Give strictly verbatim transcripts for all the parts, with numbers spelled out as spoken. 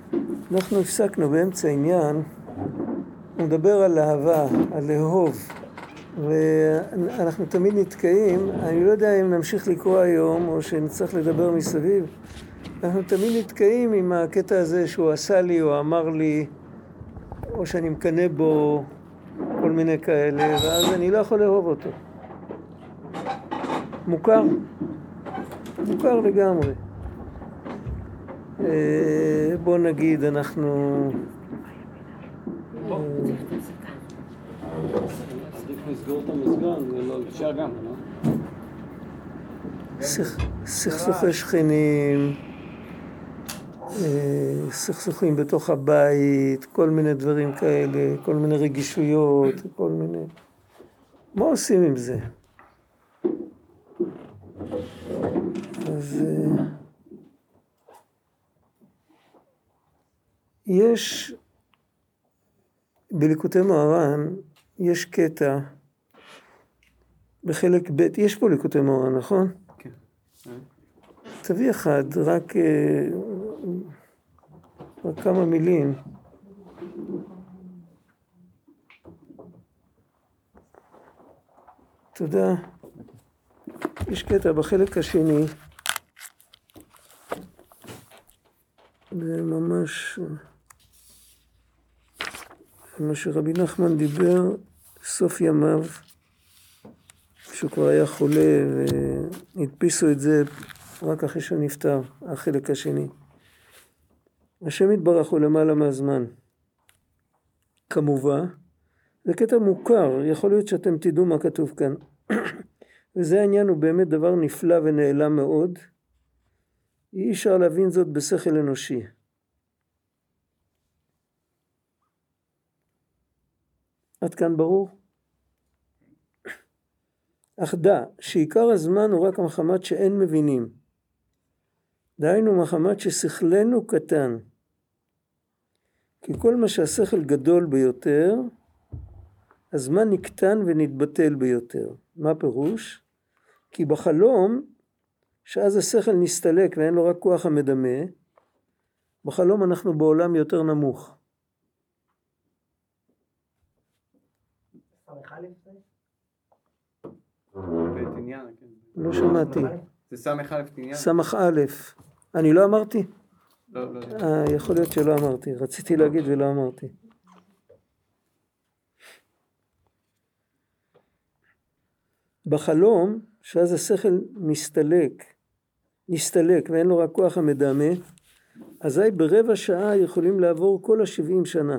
אנחנו הפסקנו באמצע עניין, הוא מדבר על אהבה, על לאהוב, ואנחנו תמיד נתקעים, אני לא יודע אם נמשיך לקרוא היום או שנצטרך לדבר מסביב, אנחנו תמיד נתקעים עם הקטע הזה שהוא עשה לי או אמר לי, או שאני מקנה בו כל מיני כאלה, ואז אני לא יכול לאהוב אותו. מוכר, מוכר לגמרי. בוא נגיד, אנחנו... צריך לסגור את המסגן, ולא אפשר גם, לא? סכסוכי שכנים, סכסוכים בתוך הבית, כל מיני דברים כאלה, כל מיני רגישויות, כל מיני... מה עושים עם זה? אז... יש, בליקוטי מוהר"ן, יש קטע, בחלק ב', יש פה ליקוטי מוהר"ן, נכון? כן. תביא אחד, רק, רק כמה מילים. תודה. יש קטע בחלק השני, זה ממש... מה שרבי נחמן דיבר, סוף ימיו, שהוא כבר היה חולה, והדפיסו את זה רק אחרי שהוא נפטר, החלק השני. השם יתברך הוא למעלה מהזמן. כמובן, זה קטע מוכר, יכול להיות שאתם תדעו מה כתוב כאן. וזה העניין, הוא באמת דבר נפלא ונעלם מאוד. אי אפשר להבין זאת בשכל אנושי. עד כאן ברור? אך דע שעיקר הזמן הוא רק מחמת שאין מבינים. דהיינו מחמת ששכלנו קטן. כי כל מה שהשכל גדול ביותר, הזמן נקטן ונתבטל ביותר. מה פירוש? כי בחלום, שאז השכל נסתלק ואין לו רק כוח המדמה, בחלום אנחנו בעולם יותר נמוך. לא שמעתי. זה סמך א' תניין? סמך א'. אני לא אמרתי? לא, לא. אה, יכול להיות שלא אמרתי. רציתי להגיד ולא אמרתי. בחלום, שאז השכל מסתלק, נסתלק ואין לו רק כוח המדמה, אזי ברבע שעה יכולים לעבור כל השבעים שנה.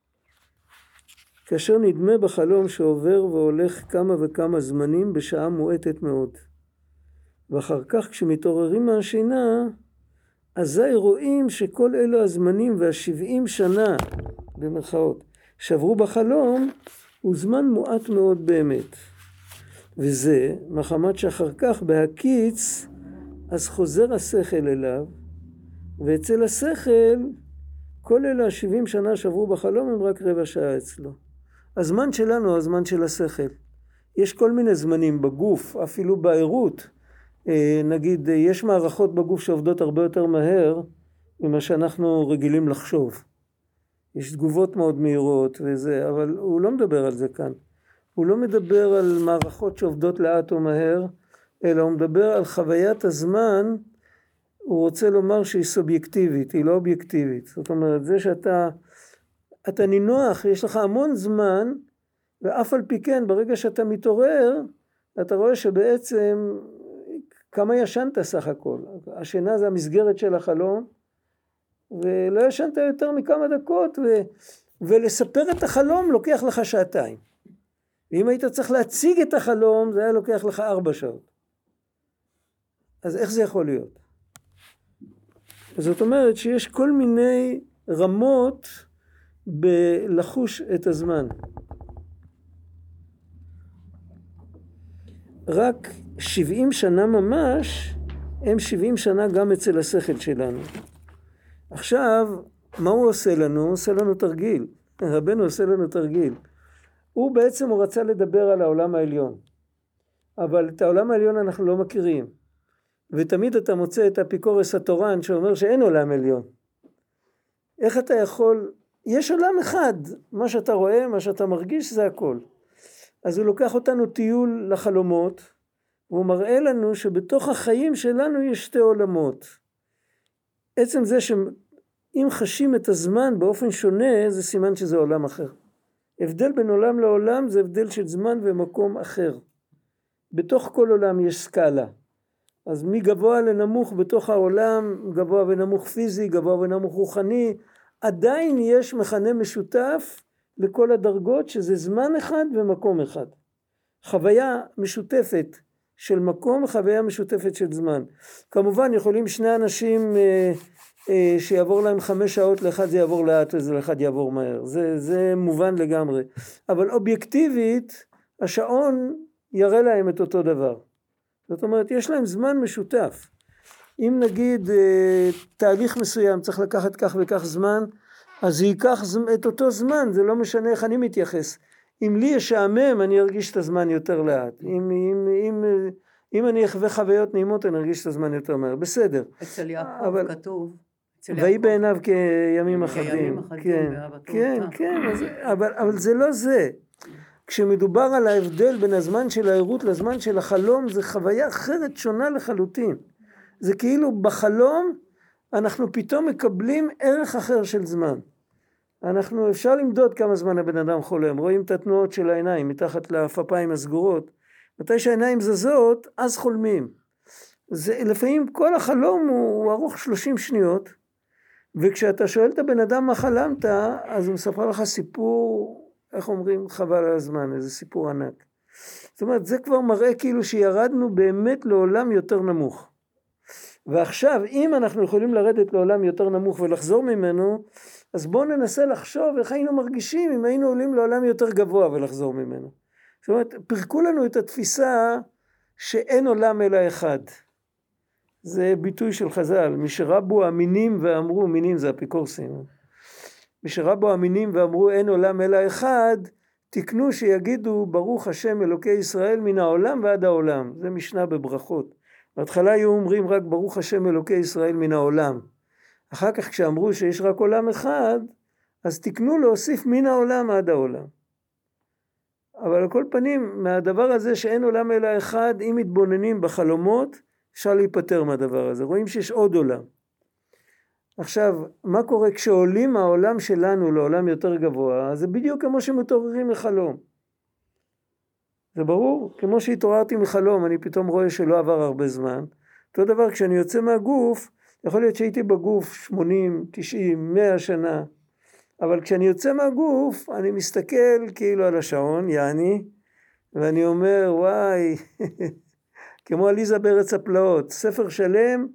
כאשר נדמה בחלום שעובר והולך כמה וכמה זמנים בשעה מועטת מאוד. ואחר כך כשמתעוררים מהשינה, אזי רואים שכל אלו הזמנים והשבעים שנה, במרכאות, שעברו בחלום, הוא זמן מועט מאוד באמת. וזה, מחמת שאחר כך בהקיץ, אז חוזר השכל אליו, ואצל השכל, כל אלה השבעים שנה שעברו בחלום הם רק רבע שעה אצלו. הזמן שלנו הוא הזמן של השכל. יש כל מיני זמנים בגוף, אפילו בעירות. נגיד, יש מערכות בגוף שעובדות הרבה יותר מהר ממה שאנחנו רגילים לחשוב. יש תגובות מאוד מהירות וזה, אבל הוא לא מדבר על זה כאן. הוא לא מדבר על מערכות שעובדות לאט או מהר, אלא הוא מדבר על חוויית הזמן, הוא רוצה לומר שהיא סובייקטיבית, היא לא אובייקטיבית. זאת אומרת, זה שאתה אתה נינוח, יש לך המון זמן, ואף על פי כן, ברגע שאתה מתעורר, אתה רואה שבעצם כמה ישנת סך הכל. השינה זה המסגרת של החלום, ולא ישנת יותר מכמה דקות, ו... ולספר את החלום לוקח לך שעתיים. ואם היית צריך להציג את החלום, זה היה לוקח לך ארבע שעות. אז איך זה יכול להיות? זאת אומרת שיש כל מיני רמות בלחוש את הזמן. רק שבעים שנה ממש, הם שבעים שנה גם אצל השכל שלנו. עכשיו, מה הוא עושה לנו? הוא עושה לנו תרגיל. רבנו עושה לנו תרגיל. הוא בעצם הוא רצה לדבר על העולם העליון. אבל את העולם העליון אנחנו לא מכירים. ותמיד אתה מוצא את אפיקורס התורן שאומר שאין עולם עליון. איך אתה יכול, יש עולם אחד, מה שאתה רואה, מה שאתה מרגיש זה הכל. אז הוא לוקח אותנו טיול לחלומות, והוא מראה לנו שבתוך החיים שלנו יש שתי עולמות. עצם זה שאם חשים את הזמן באופן שונה, זה סימן שזה עולם אחר. הבדל בין עולם לעולם זה הבדל של זמן ומקום אחר. בתוך כל עולם יש סקאלה. אז מגבוה לנמוך בתוך העולם, גבוה ונמוך פיזי, גבוה ונמוך רוחני, עדיין יש מכנה משותף לכל הדרגות, שזה זמן אחד ומקום אחד. חוויה משותפת של מקום, חוויה משותפת של זמן. כמובן יכולים שני אנשים אה, אה, שיעבור להם חמש שעות, לאחד זה יעבור לאט ולאחד יעבור מהר. זה, זה מובן לגמרי. אבל אובייקטיבית, השעון יראה להם את אותו דבר. זאת אומרת, יש להם זמן משותף. אם נגיד אה, תהליך מסוים צריך לקחת כך וכך זמן, אז זה ייקח את אותו זמן, זה לא משנה איך אני מתייחס. אם לי יש שעמם, אני ארגיש את הזמן יותר לאט. אם, אם, אם, אם אני אחווה חוויות נעימות, אני ארגיש את הזמן יותר מהר. בסדר. אצל יעקב אבל... כתוב. ויהי בעיניו כימים אחדים. כימים אחדים, כן, באהבתו כן, אותה. כן, אז, אבל, אבל זה לא זה. כשמדובר על ההבדל בין הזמן של העירות לזמן של החלום, זה חוויה אחרת שונה לחלוטין. זה כאילו בחלום אנחנו פתאום מקבלים ערך אחר של זמן. אנחנו אפשר למדוד כמה זמן הבן אדם חולם, רואים את התנועות של העיניים מתחת לפפיים הסגורות. מתי שהעיניים זזות, אז חולמים. זה, לפעמים כל החלום הוא, הוא ארוך שלושים שניות, וכשאתה שואל את הבן אדם מה חלמת, אז הוא מספר לך סיפור, איך אומרים, חבל על הזמן, איזה סיפור ענק. זאת אומרת, זה כבר מראה כאילו שירדנו באמת לעולם יותר נמוך. ועכשיו, אם אנחנו יכולים לרדת לעולם יותר נמוך ולחזור ממנו, אז בואו ננסה לחשוב איך היינו מרגישים אם היינו עולים לעולם יותר גבוה ולחזור ממנו. זאת אומרת, פרקו לנו את התפיסה שאין עולם אלא אחד. זה ביטוי של חז"ל, משרבו המינים ואמרו, מינים זה אפיקורסים, משרבו המינים ואמרו אין עולם אלא אחד, תקנו שיגידו ברוך השם אלוקי ישראל מן העולם ועד העולם. זה משנה בברכות. בהתחלה היו אומרים רק ברוך השם אלוקי ישראל מן העולם. אחר כך כשאמרו שיש רק עולם אחד, אז תקנו להוסיף מן העולם עד העולם. אבל על כל פנים, מהדבר הזה שאין עולם אלא אחד, אם מתבוננים בחלומות, אפשר להיפטר מהדבר הזה. רואים שיש עוד עולם. עכשיו, מה קורה כשעולים מהעולם שלנו לעולם יותר גבוה? זה בדיוק כמו שמתעוררים מחלום. זה ברור? כמו שהתעוררתי מחלום, אני פתאום רואה שלא עבר הרבה זמן. אותו דבר, כשאני יוצא מהגוף, יכול להיות שהייתי בגוף שמונים, תשעים, מאה שנה, אבל כשאני יוצא מהגוף, אני מסתכל כאילו על השעון, יעני, ואני אומר, וואי, כמו עליזה בארץ הפלאות, ספר שלם,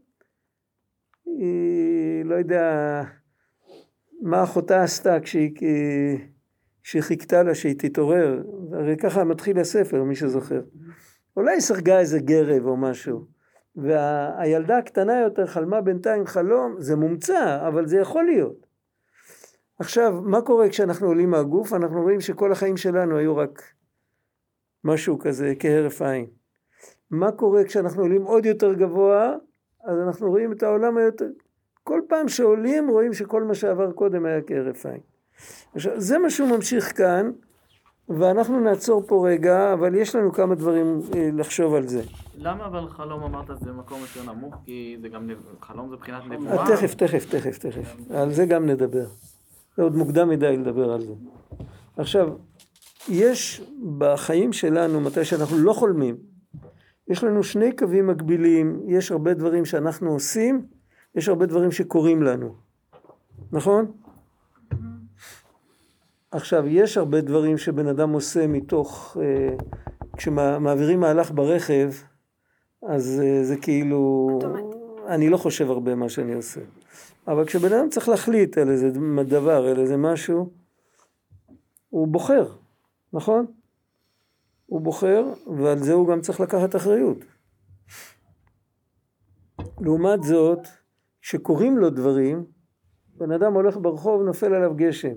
היא לא יודע מה אחותה עשתה כשהיא, כשהיא חיכתה לה שהיא תתעורר, הרי ככה מתחיל הספר, מי שזוכר. אולי סרגה איזה גרב או משהו, והילדה הקטנה יותר חלמה בינתיים חלום, זה מומצא, אבל זה יכול להיות. עכשיו, מה קורה כשאנחנו עולים מהגוף? אנחנו רואים שכל החיים שלנו היו רק משהו כזה כהרף עין. מה קורה כשאנחנו עולים עוד יותר גבוה? אז אנחנו רואים את העולם היותר... כל פעם שעולים רואים שכל מה שעבר קודם היה כהרף עין. עכשיו, זה מה שהוא ממשיך כאן, ואנחנו נעצור פה רגע, אבל יש לנו כמה דברים לחשוב על זה. למה אבל חלום אמרת זה מקום יותר נמוך? כי זה גם חלום זה בחינת נבואה. תכף, תכף, תכף, תכף. על זה גם נדבר. זה עוד מוקדם מדי לדבר על זה. עכשיו, יש בחיים שלנו, מתי שאנחנו לא חולמים, יש לנו שני קווים מקבילים, יש הרבה דברים שאנחנו עושים, יש הרבה דברים שקורים לנו. נכון? עכשיו, יש הרבה דברים שבן אדם עושה מתוך, אה, כשמעבירים מהלך ברכב, אז אה, זה כאילו, אני לא חושב הרבה מה שאני עושה. אבל כשבן אדם צריך להחליט על איזה דבר, על איזה משהו, הוא בוחר, נכון? הוא בוחר, ועל זה הוא גם צריך לקחת אחריות. לעומת זאת, כשקוראים לו דברים, בן אדם הולך ברחוב, נופל עליו גשם.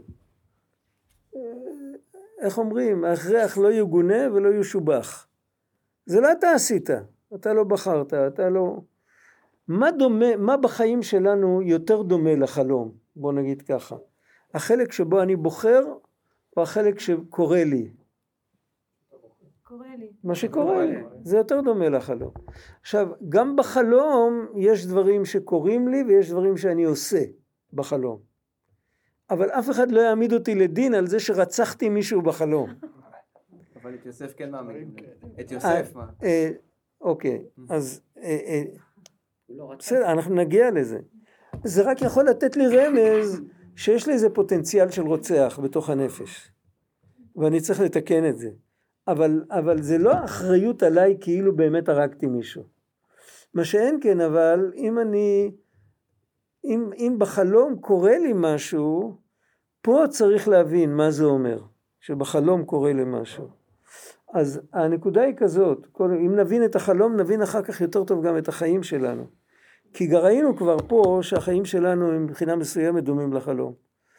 איך אומרים? ההכרח לא יגונה ולא ישובח. זה לא אתה עשית, אתה לא בחרת, אתה לא... מה דומה, מה בחיים שלנו יותר דומה לחלום? בוא נגיד ככה. החלק שבו אני בוחר, או החלק שקורה לי? קורה לי. מה שקורה לי, זה יותר דומה לחלום. עכשיו, גם בחלום יש דברים שקורים לי, ויש דברים שאני עושה בחלום. אבל אף אחד לא יעמיד אותי לדין על זה שרצחתי מישהו בחלום. אבל את יוסף כן מאמין. את יוסף מה? אוקיי, אז בסדר, אנחנו נגיע לזה. זה רק יכול לתת לי רמז שיש לי איזה פוטנציאל של רוצח בתוך הנפש. ואני צריך לתקן את זה. אבל, אבל זה לא אחריות עליי כאילו באמת הרגתי מישהו. מה שאין כן, אבל אם אני, אם, אם בחלום קורה לי משהו, פה צריך להבין מה זה אומר, שבחלום קורה לי משהו. אז הנקודה היא כזאת, אם נבין את החלום, נבין אחר כך יותר טוב גם את החיים שלנו. כי ראינו כבר פה שהחיים שלנו הם מבחינה מסוימת דומים לחלום.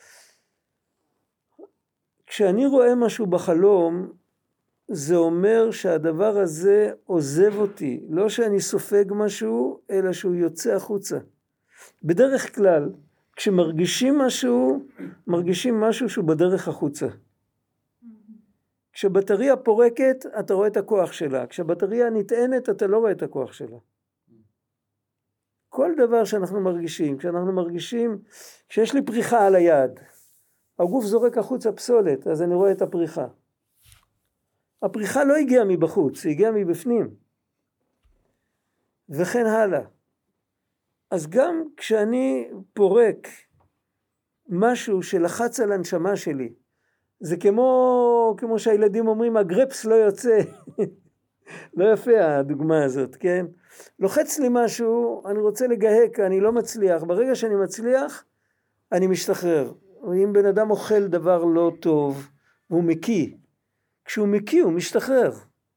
כשאני רואה משהו בחלום, זה אומר שהדבר הזה עוזב אותי, לא שאני סופג משהו, אלא שהוא יוצא החוצה. בדרך כלל, כשמרגישים משהו, מרגישים משהו שהוא בדרך החוצה. כשבטריה פורקת, אתה רואה את הכוח שלה. כשבטריה נטענת, אתה לא רואה את הכוח שלה. כל דבר שאנחנו מרגישים, כשאנחנו מרגישים, כשיש לי פריחה על היד, הגוף זורק החוצה פסולת, אז אני רואה את הפריחה. הפריחה לא הגיעה מבחוץ, היא הגיעה מבפנים. וכן הלאה. אז גם כשאני פורק משהו שלחץ על הנשמה שלי, זה כמו, כמו שהילדים אומרים, הגרפס לא יוצא. לא יפה הדוגמה הזאת, כן? לוחץ לי משהו, אני רוצה לגהק, אני לא מצליח. ברגע שאני מצליח, אני משתחרר. אם בן אדם אוכל דבר לא טוב, והוא מקיא, כשהוא מקיא הוא משתחרר.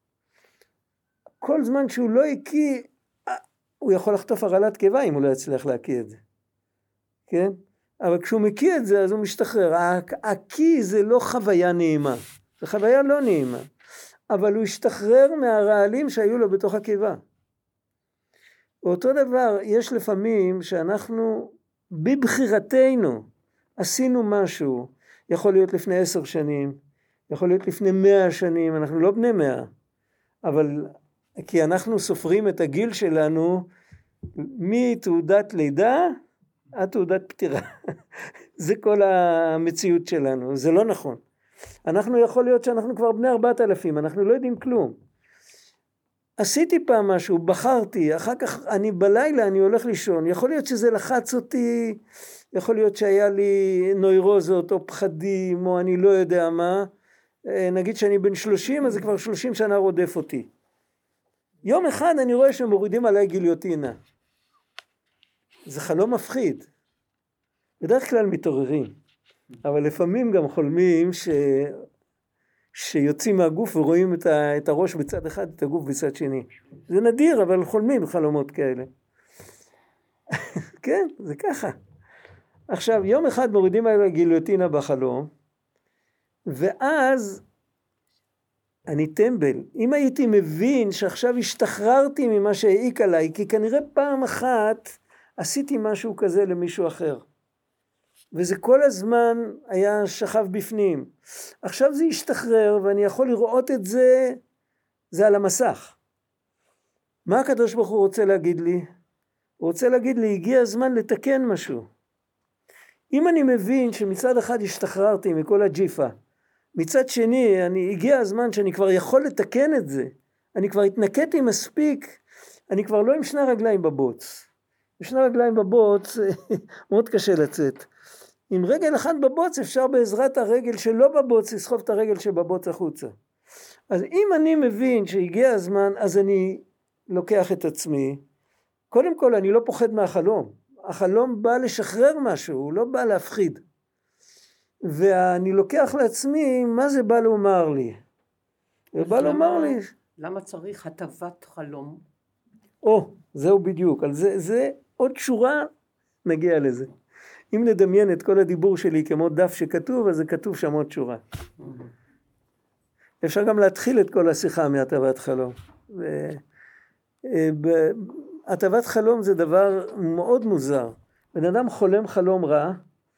כל זמן שהוא לא הקיא, הוא יכול לחטוף הרעלת קיבה אם הוא לא יצליח להקיא את זה. כן? אבל כשהוא מקיא את זה, אז הוא משתחרר. הקיא זה לא חוויה נעימה. זה חוויה לא נעימה. אבל הוא השתחרר מהרעלים שהיו לו בתוך הקיבה. אותו דבר, יש לפעמים שאנחנו בבחירתנו עשינו משהו, יכול להיות לפני עשר שנים, יכול להיות לפני מאה שנים, אנחנו לא בני מאה, אבל כי אנחנו סופרים את הגיל שלנו מתעודת לידה עד תעודת פטירה. זה כל המציאות שלנו, זה לא נכון. אנחנו יכול להיות שאנחנו כבר בני ארבעת אלפים, אנחנו לא יודעים כלום. עשיתי פעם משהו, בחרתי, אחר כך אני בלילה, אני הולך לישון, יכול להיות שזה לחץ אותי, יכול להיות שהיה לי נוירוזות או פחדים או אני לא יודע מה, נגיד שאני בן שלושים, אז זה כבר שלושים שנה רודף אותי. יום אחד אני רואה שמורידים עליי גיליוטינה. זה חלום מפחיד. בדרך כלל מתעוררים, אבל לפעמים גם חולמים ש... שיוצאים מהגוף ורואים את, ה... את הראש בצד אחד, את הגוף בצד שני. זה נדיר, אבל חולמים חלומות כאלה. כן, זה ככה. עכשיו, יום אחד מורידים עליי גיליוטינה בחלום, ואז אני טמבל. אם הייתי מבין שעכשיו השתחררתי ממה שהעיק עליי, כי כנראה פעם אחת עשיתי משהו כזה למישהו אחר. וזה כל הזמן היה שכב בפנים. עכשיו זה השתחרר ואני יכול לראות את זה, זה על המסך. מה הקדוש ברוך הוא רוצה להגיד לי? הוא רוצה להגיד לי, הגיע הזמן לתקן משהו. אם אני מבין שמצד אחד השתחררתי מכל הג'יפה, מצד שני, אני, הגיע הזמן שאני כבר יכול לתקן את זה. אני כבר התנקטתי מספיק, אני כבר לא עם שני רגליים בבוץ. עם שני רגליים בבוץ, מאוד קשה לצאת. עם רגל אחד בבוץ, אפשר בעזרת הרגל שלא בבוץ, לסחוב את הרגל שבבוץ החוצה. אז אם אני מבין שהגיע הזמן, אז אני לוקח את עצמי. קודם כל, אני לא פוחד מהחלום. החלום בא לשחרר משהו, הוא לא בא להפחיד. ואני לוקח לעצמי, מה זה בא לומר לי? זה בא לומר לי... למה צריך הטבת חלום? או, זהו בדיוק. על זה, זה עוד שורה, נגיע לזה. אם נדמיין את כל הדיבור שלי כמו דף שכתוב, אז זה כתוב שם עוד שורה. אפשר גם להתחיל את כל השיחה מהטבת חלום. הטבת חלום זה דבר מאוד מוזר. בן אדם חולם חלום רע,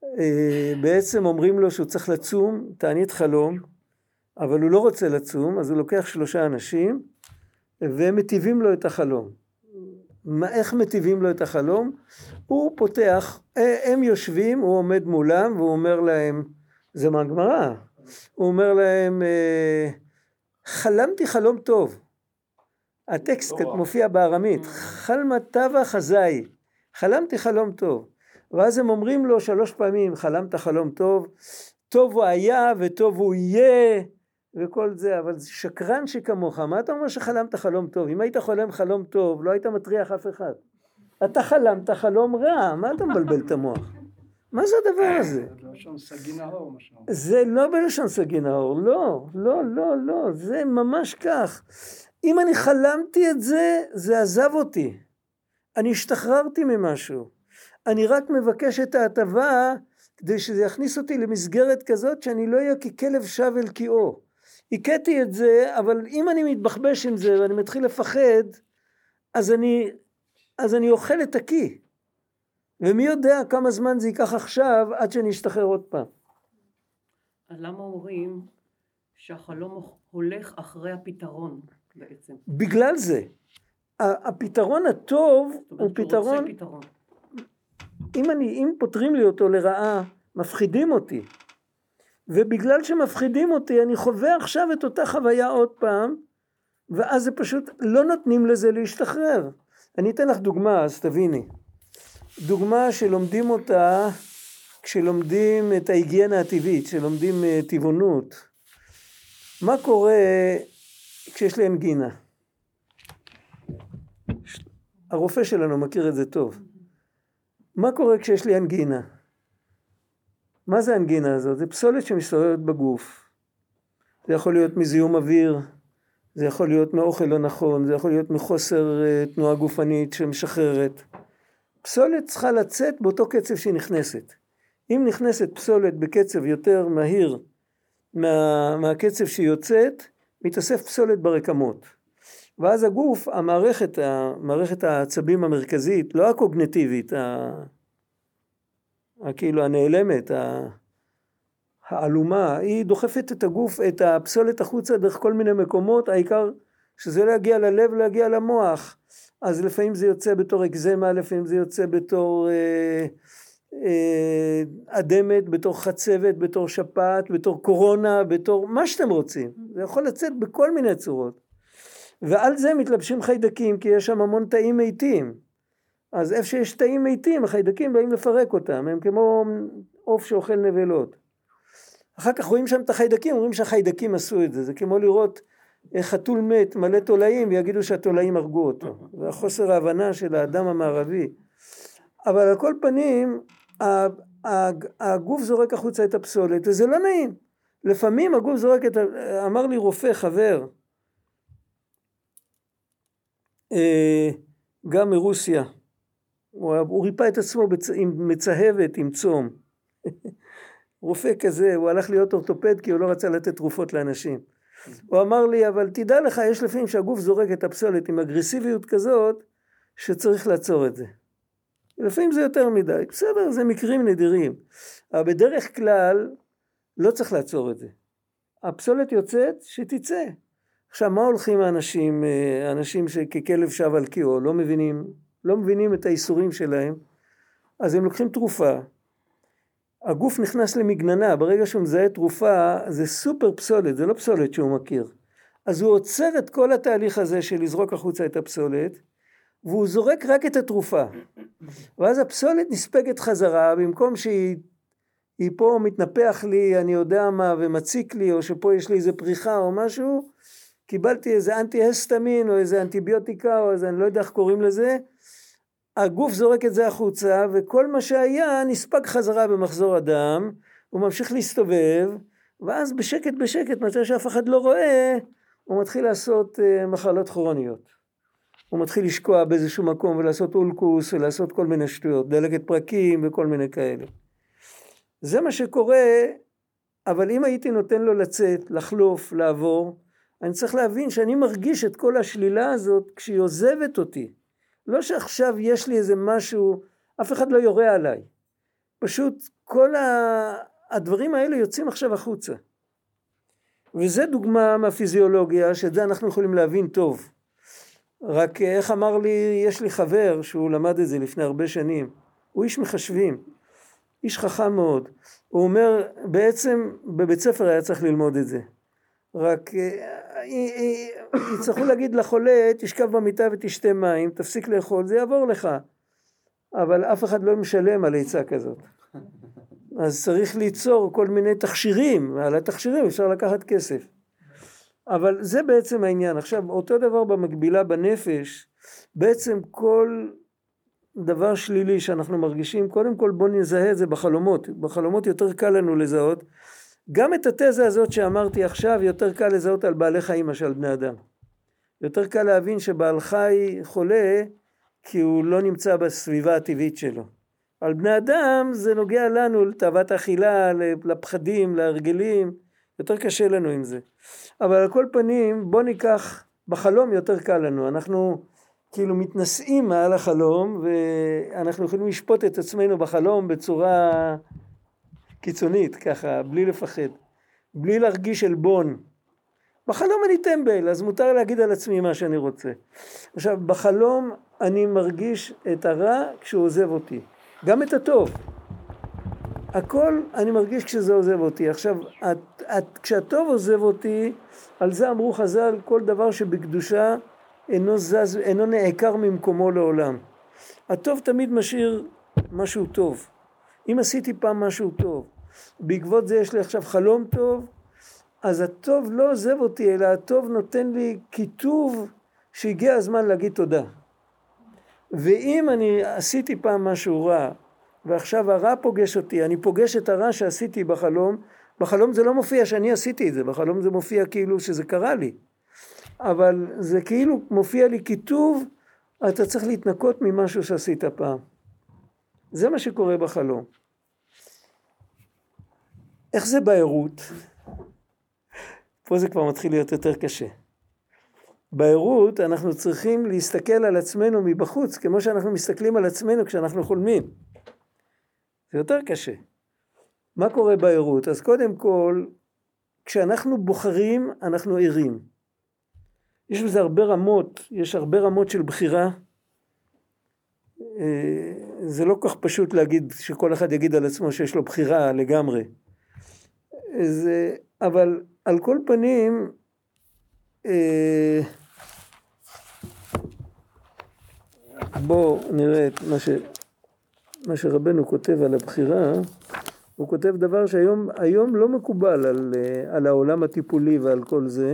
בעצם אומרים לו שהוא צריך לצום, תענית חלום, אבל הוא לא רוצה לצום, אז הוא לוקח שלושה אנשים, והם מטיבים לו את החלום. מה, איך מטיבים לו את החלום? הוא פותח, הם יושבים, הוא עומד מולם, והוא אומר להם, זה מהגמרא, הוא אומר להם, חלמתי חלום טוב. הטקסט מופיע בארמית, חלמה טבע חזאי, חלמתי חלום טוב. ואז הם אומרים לו שלוש פעמים, חלמת חלום טוב, טוב הוא היה וטוב הוא יהיה, וכל זה, אבל זה שקרן שכמוך, מה אתה אומר שחלמת חלום טוב? אם היית חולם חלום טוב, לא היית מטריח אף אחד. אתה חלמת חלום רע, מה אתה מבלבל את המוח? מה זה הדבר הזה? זה בלשון סגי נהור, מה שאומר. זה לא בלשון סגי נהור, לא, לא, לא, לא, זה ממש כך. אם אני חלמתי את זה, זה עזב אותי. אני השתחררתי ממשהו. אני רק מבקש את ההטבה, כדי שזה יכניס אותי למסגרת כזאת, שאני לא אהיה ככלב שב אל קיאו. הכיתי את זה, אבל אם אני מתבחבש עם זה, ואני מתחיל לפחד, אז אני, אז אני אוכל את הקי. ומי יודע כמה זמן זה ייקח עכשיו, עד שאני אשתחרר עוד פעם. למה אומרים שהחלום הולך אחרי הפתרון בעצם? בגלל זה. הפתרון הטוב הוא פתרון, פתרון. אם, אני, אם פותרים לי אותו לרעה, מפחידים אותי. ובגלל שמפחידים אותי, אני חווה עכשיו את אותה חוויה עוד פעם, ואז זה פשוט לא נותנים לזה להשתחרר. אני אתן לך דוגמה, אז תביני. דוגמה שלומדים אותה, כשלומדים את ההיגיינה הטבעית, שלומדים טבעונות. מה קורה כשיש לי אנגינה? הרופא שלנו מכיר את זה טוב. מה קורה כשיש לי אנגינה? מה זה האנגינה הזאת? זה פסולת שמסתובבת בגוף. זה יכול להיות מזיהום אוויר, זה יכול להיות מאוכל לא נכון, זה יכול להיות מחוסר uh, תנועה גופנית שמשחררת. פסולת צריכה לצאת באותו קצב שהיא נכנסת. אם נכנסת פסולת בקצב יותר מהיר מה, מהקצב שהיא יוצאת, מתאסף פסולת ברקמות. ואז הגוף, המערכת, המערכת העצבים המרכזית, לא הקוגניטיבית, ה... כאילו הנעלמת, העלומה, היא דוחפת את הגוף, את הפסולת החוצה דרך כל מיני מקומות, העיקר שזה לא יגיע ללב, לא יגיע למוח. אז לפעמים זה יוצא בתור אקזמה, לפעמים זה יוצא בתור אה, אה, אדמת, בתור חצבת, בתור שפעת, בתור קורונה, בתור מה שאתם רוצים. זה יכול לצאת בכל מיני צורות. ועל זה מתלבשים חיידקים, כי יש שם המון תאים מתים. אז איפה שיש תאים מתים, החיידקים באים לפרק אותם, הם כמו עוף שאוכל נבלות. אחר כך רואים שם את החיידקים, אומרים שהחיידקים עשו את זה, זה כמו לראות חתול מת מלא תולעים, ויגידו שהתולעים הרגו אותו. זה החוסר ההבנה של האדם המערבי. אבל על כל פנים, הגוף זורק החוצה את הפסולת, וזה לא נעים. לפעמים הגוף זורק את, אמר לי רופא חבר, גם מרוסיה, הוא, הוא ריפא את עצמו בצ... עם מצהבת, עם צום. רופא כזה, הוא הלך להיות אורתופד כי הוא לא רצה לתת תרופות לאנשים. הוא אמר לי, אבל תדע לך, יש לפעמים שהגוף זורק את הפסולת עם אגרסיביות כזאת, שצריך לעצור את זה. לפעמים זה יותר מדי, בסדר, זה מקרים נדירים. אבל בדרך כלל, לא צריך לעצור את זה. הפסולת יוצאת, שתצא. עכשיו, מה הולכים האנשים, האנשים שככלב שב על קיאו, לא מבינים, לא מבינים את האיסורים שלהם, אז הם לוקחים תרופה, הגוף נכנס למגננה, ברגע שהוא מזהה תרופה, זה סופר פסולת, זה לא פסולת שהוא מכיר. אז הוא עוצר את כל התהליך הזה של לזרוק החוצה את הפסולת, והוא זורק רק את התרופה. ואז הפסולת נספגת חזרה, במקום שהיא היא פה מתנפח לי, אני יודע מה, ומציק לי, או שפה יש לי איזה פריחה או משהו, קיבלתי איזה אנטי-הסטמין, או איזה אנטיביוטיקה, או איזה, אני לא יודע איך קוראים לזה, הגוף זורק את זה החוצה, וכל מה שהיה נספג חזרה במחזור הדם, הוא ממשיך להסתובב, ואז בשקט בשקט, מתי שאף אחד לא רואה, הוא מתחיל לעשות uh, מחלות כרוניות. הוא מתחיל לשקוע באיזשהו מקום, ולעשות אולקוס, ולעשות כל מיני שטויות, דלקת פרקים וכל מיני כאלה. זה מה שקורה, אבל אם הייתי נותן לו לצאת, לחלוף, לעבור, אני צריך להבין שאני מרגיש את כל השלילה הזאת, כשהיא עוזבת אותי. לא שעכשיו יש לי איזה משהו, אף אחד לא יורה עליי. פשוט כל ה... הדברים האלה יוצאים עכשיו החוצה. וזה דוגמה מהפיזיולוגיה, שאת זה אנחנו יכולים להבין טוב. רק איך אמר לי, יש לי חבר שהוא למד את זה לפני הרבה שנים, הוא איש מחשבים, איש חכם מאוד. הוא אומר, בעצם בבית ספר היה צריך ללמוד את זה. רק יצטרכו להגיד לחולה, תשכב במיטה ותשתה מים, תפסיק לאכול, זה יעבור לך. אבל אף אחד לא משלם על עצה כזאת. אז צריך ליצור כל מיני תכשירים, ועל התכשירים אפשר לקחת כסף. אבל זה בעצם העניין. עכשיו, אותו דבר במקבילה בנפש, בעצם כל דבר שלילי שאנחנו מרגישים, קודם כל בוא נזהה את זה בחלומות. בחלומות יותר קל לנו לזהות. גם את התזה הזאת שאמרתי עכשיו, יותר קל לזהות על בעלי חיים מאשר על בני אדם. יותר קל להבין שבעל חי חולה, כי הוא לא נמצא בסביבה הטבעית שלו. על בני אדם זה נוגע לנו לתאוות האכילה, לפחדים, להרגלים, יותר קשה לנו עם זה. אבל על כל פנים, בוא ניקח, בחלום יותר קל לנו, אנחנו כאילו מתנשאים מעל החלום, ואנחנו יכולים לשפוט את עצמנו בחלום בצורה קיצונית, ככה, בלי לפחד, בלי להרגיש אלבון. בחלום אני טמבל, אז מותר להגיד על עצמי מה שאני רוצה. עכשיו, בחלום אני מרגיש את הרע כשהוא עוזב אותי, גם את הטוב. הכל אני מרגיש כשזה עוזב אותי. עכשיו, את, את, כשהטוב עוזב אותי, על זה אמרו חז"ל, כל דבר שבקדושה אינו זז, אינו נעקר ממקומו לעולם. הטוב תמיד משאיר משהו טוב. אם עשיתי פעם משהו טוב, בעקבות זה יש לי עכשיו חלום טוב, אז הטוב לא עוזב אותי, אלא הטוב נותן לי כיתוב שהגיע הזמן להגיד תודה. ואם אני עשיתי פעם משהו רע, ועכשיו הרע פוגש אותי, אני פוגש את הרע שעשיתי בחלום, בחלום זה לא מופיע שאני עשיתי את זה, בחלום זה מופיע כאילו שזה קרה לי. אבל זה כאילו מופיע לי כיתוב, אתה צריך להתנקות ממשהו שעשית פעם. זה מה שקורה בחלום. איך זה בעירות? פה זה כבר מתחיל להיות יותר קשה. בעירות אנחנו צריכים להסתכל על עצמנו מבחוץ, כמו שאנחנו מסתכלים על עצמנו כשאנחנו חולמים. זה יותר קשה. מה קורה בעירות? אז קודם כל, כשאנחנו בוחרים, אנחנו ערים. יש בזה הרבה רמות, יש הרבה רמות של בחירה. זה לא כל כך פשוט להגיד, שכל אחד יגיד על עצמו שיש לו בחירה לגמרי. זה, אבל על כל פנים, בואו נראה את מה ש... מה שרבנו כותב על הבחירה. הוא כותב דבר שהיום היום לא מקובל על, על העולם הטיפולי ועל כל זה.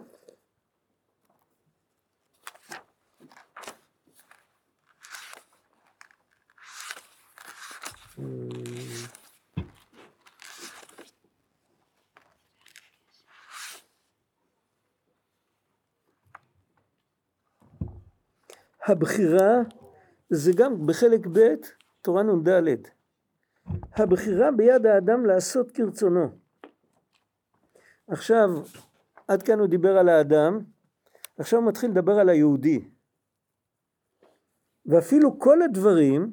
הבחירה זה גם בחלק ב' תורה נ"ד. הבחירה ביד האדם לעשות כרצונו. עכשיו, עד כאן הוא דיבר על האדם, עכשיו הוא מתחיל לדבר על היהודי. ואפילו כל הדברים,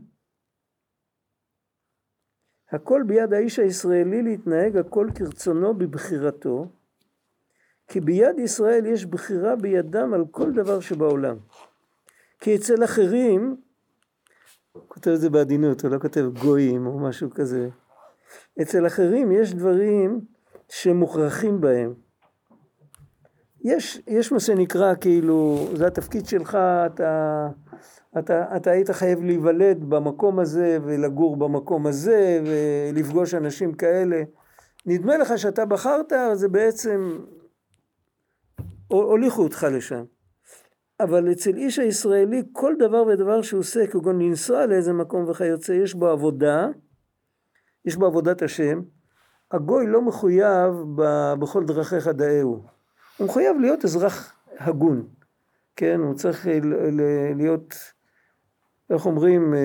הכל ביד האיש הישראלי להתנהג הכל כרצונו בבחירתו, כי ביד ישראל יש בחירה בידם על כל דבר שבעולם. כי אצל אחרים, הוא כותב את זה בעדינות, הוא לא כותב גויים או משהו כזה. אצל אחרים יש דברים שמוכרחים בהם. יש, יש מה שנקרא כאילו, זה התפקיד שלך, אתה, אתה, אתה היית חייב להיוולד במקום הזה ולגור במקום הזה ולפגוש אנשים כאלה. נדמה לך שאתה בחרת, זה בעצם, הוליכו אותך לשם. אבל אצל איש הישראלי כל דבר ודבר שהוא עושה, כגון לנסוע לאיזה מקום וכיוצא, יש בו עבודה, יש בו עבודת השם. הגוי לא מחויב בכל דרכיך דאהו. הוא מחויב להיות אזרח הגון. כן, הוא צריך להיות, איך אומרים,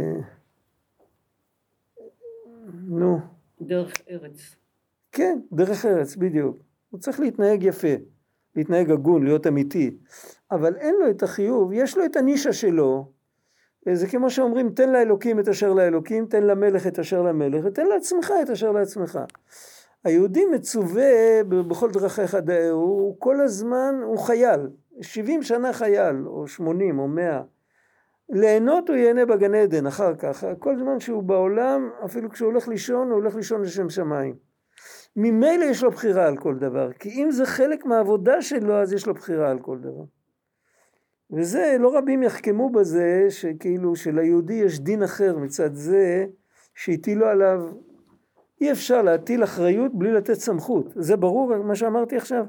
נו. דרך ארץ. כן, דרך ארץ, בדיוק. הוא צריך להתנהג יפה. להתנהג הגון, להיות אמיתי, אבל אין לו את החיוב, יש לו את הנישה שלו, זה כמו שאומרים, תן לאלוקים את אשר לאלוקים, תן למלך את אשר למלך, ותן לעצמך את אשר לעצמך. היהודי מצווה בכל דרכיך דאהו, הוא כל הזמן, הוא חייל, שבעים שנה חייל, או שמונים או מאה. ליהנות הוא ייהנה בגן עדן אחר כך, כל זמן שהוא בעולם, אפילו כשהוא הולך לישון, הוא הולך לישון לשם שמיים. ממילא יש לו בחירה על כל דבר, כי אם זה חלק מהעבודה שלו, אז יש לו בחירה על כל דבר. וזה, לא רבים יחכמו בזה, שכאילו שליהודי יש דין אחר מצד זה, שהטילו עליו, אי אפשר להטיל אחריות בלי לתת סמכות. זה ברור מה שאמרתי עכשיו?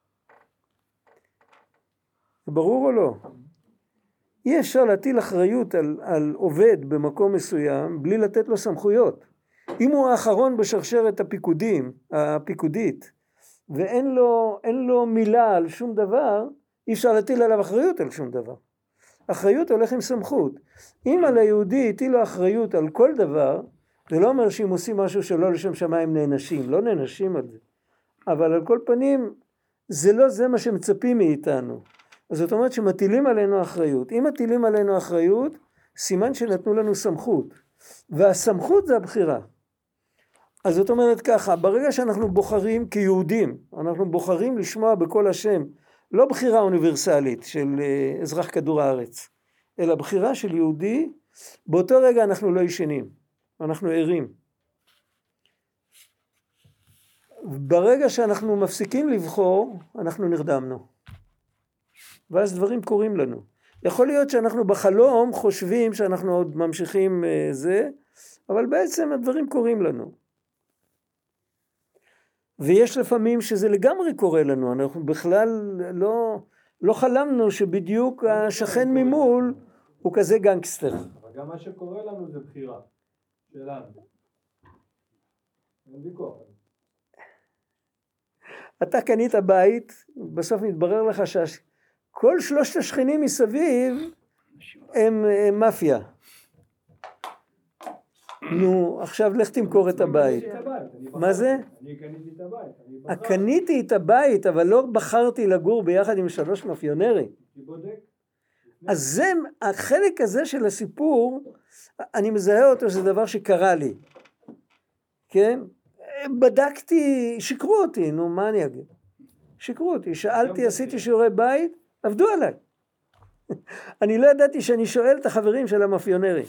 זה ברור או לא? אי אפשר להטיל אחריות על, על עובד במקום מסוים, בלי לתת לו סמכויות. אם הוא האחרון בשרשרת הפיקודים, הפיקודית, ואין לו, אין לו מילה על שום דבר, אי אפשר להטיל עליו אחריות על שום דבר. אחריות הולך עם סמכות. אם על היהודי הטילו אחריות על כל דבר, זה לא אומר שאם עושים משהו שלא לשם שמיים נענשים, לא נענשים על זה. אבל על כל פנים, זה לא זה מה שמצפים מאיתנו. אז זאת אומרת שמטילים עלינו אחריות. אם מטילים עלינו אחריות, סימן שנתנו לנו סמכות. והסמכות זה הבחירה. אז זאת אומרת ככה, ברגע שאנחנו בוחרים כיהודים, אנחנו בוחרים לשמוע בכל השם, לא בחירה אוניברסלית של אזרח כדור הארץ, אלא בחירה של יהודי, באותו רגע אנחנו לא ישנים, אנחנו ערים. ברגע שאנחנו מפסיקים לבחור, אנחנו נרדמנו. ואז דברים קורים לנו. יכול להיות שאנחנו בחלום חושבים שאנחנו עוד ממשיכים זה, אבל בעצם הדברים קורים לנו. ויש לפעמים שזה לגמרי קורה לנו, אנחנו בכלל לא, לא חלמנו שבדיוק השכן ממול הוא כזה גנגסטר. אבל גם מה שקורה לנו זה בחירה שלנו. אין ויכוח. אתה קנית בית, בסוף מתברר לך שכל שלושת השכנים מסביב הם, הם מאפיה. נו, עכשיו לך תמכור את הבית. מה זה? אני קניתי את הבית. קניתי את הבית, אבל לא בחרתי לגור ביחד עם שלוש מאפיונרים. אז זה, החלק הזה של הסיפור, אני מזהה אותו שזה דבר שקרה לי. כן? בדקתי, שיקרו אותי, נו, מה אני אגיד? שיקרו אותי, שאלתי, עשיתי שיעורי בית, עבדו עליי. אני לא ידעתי שאני שואל את החברים של המאפיונרים.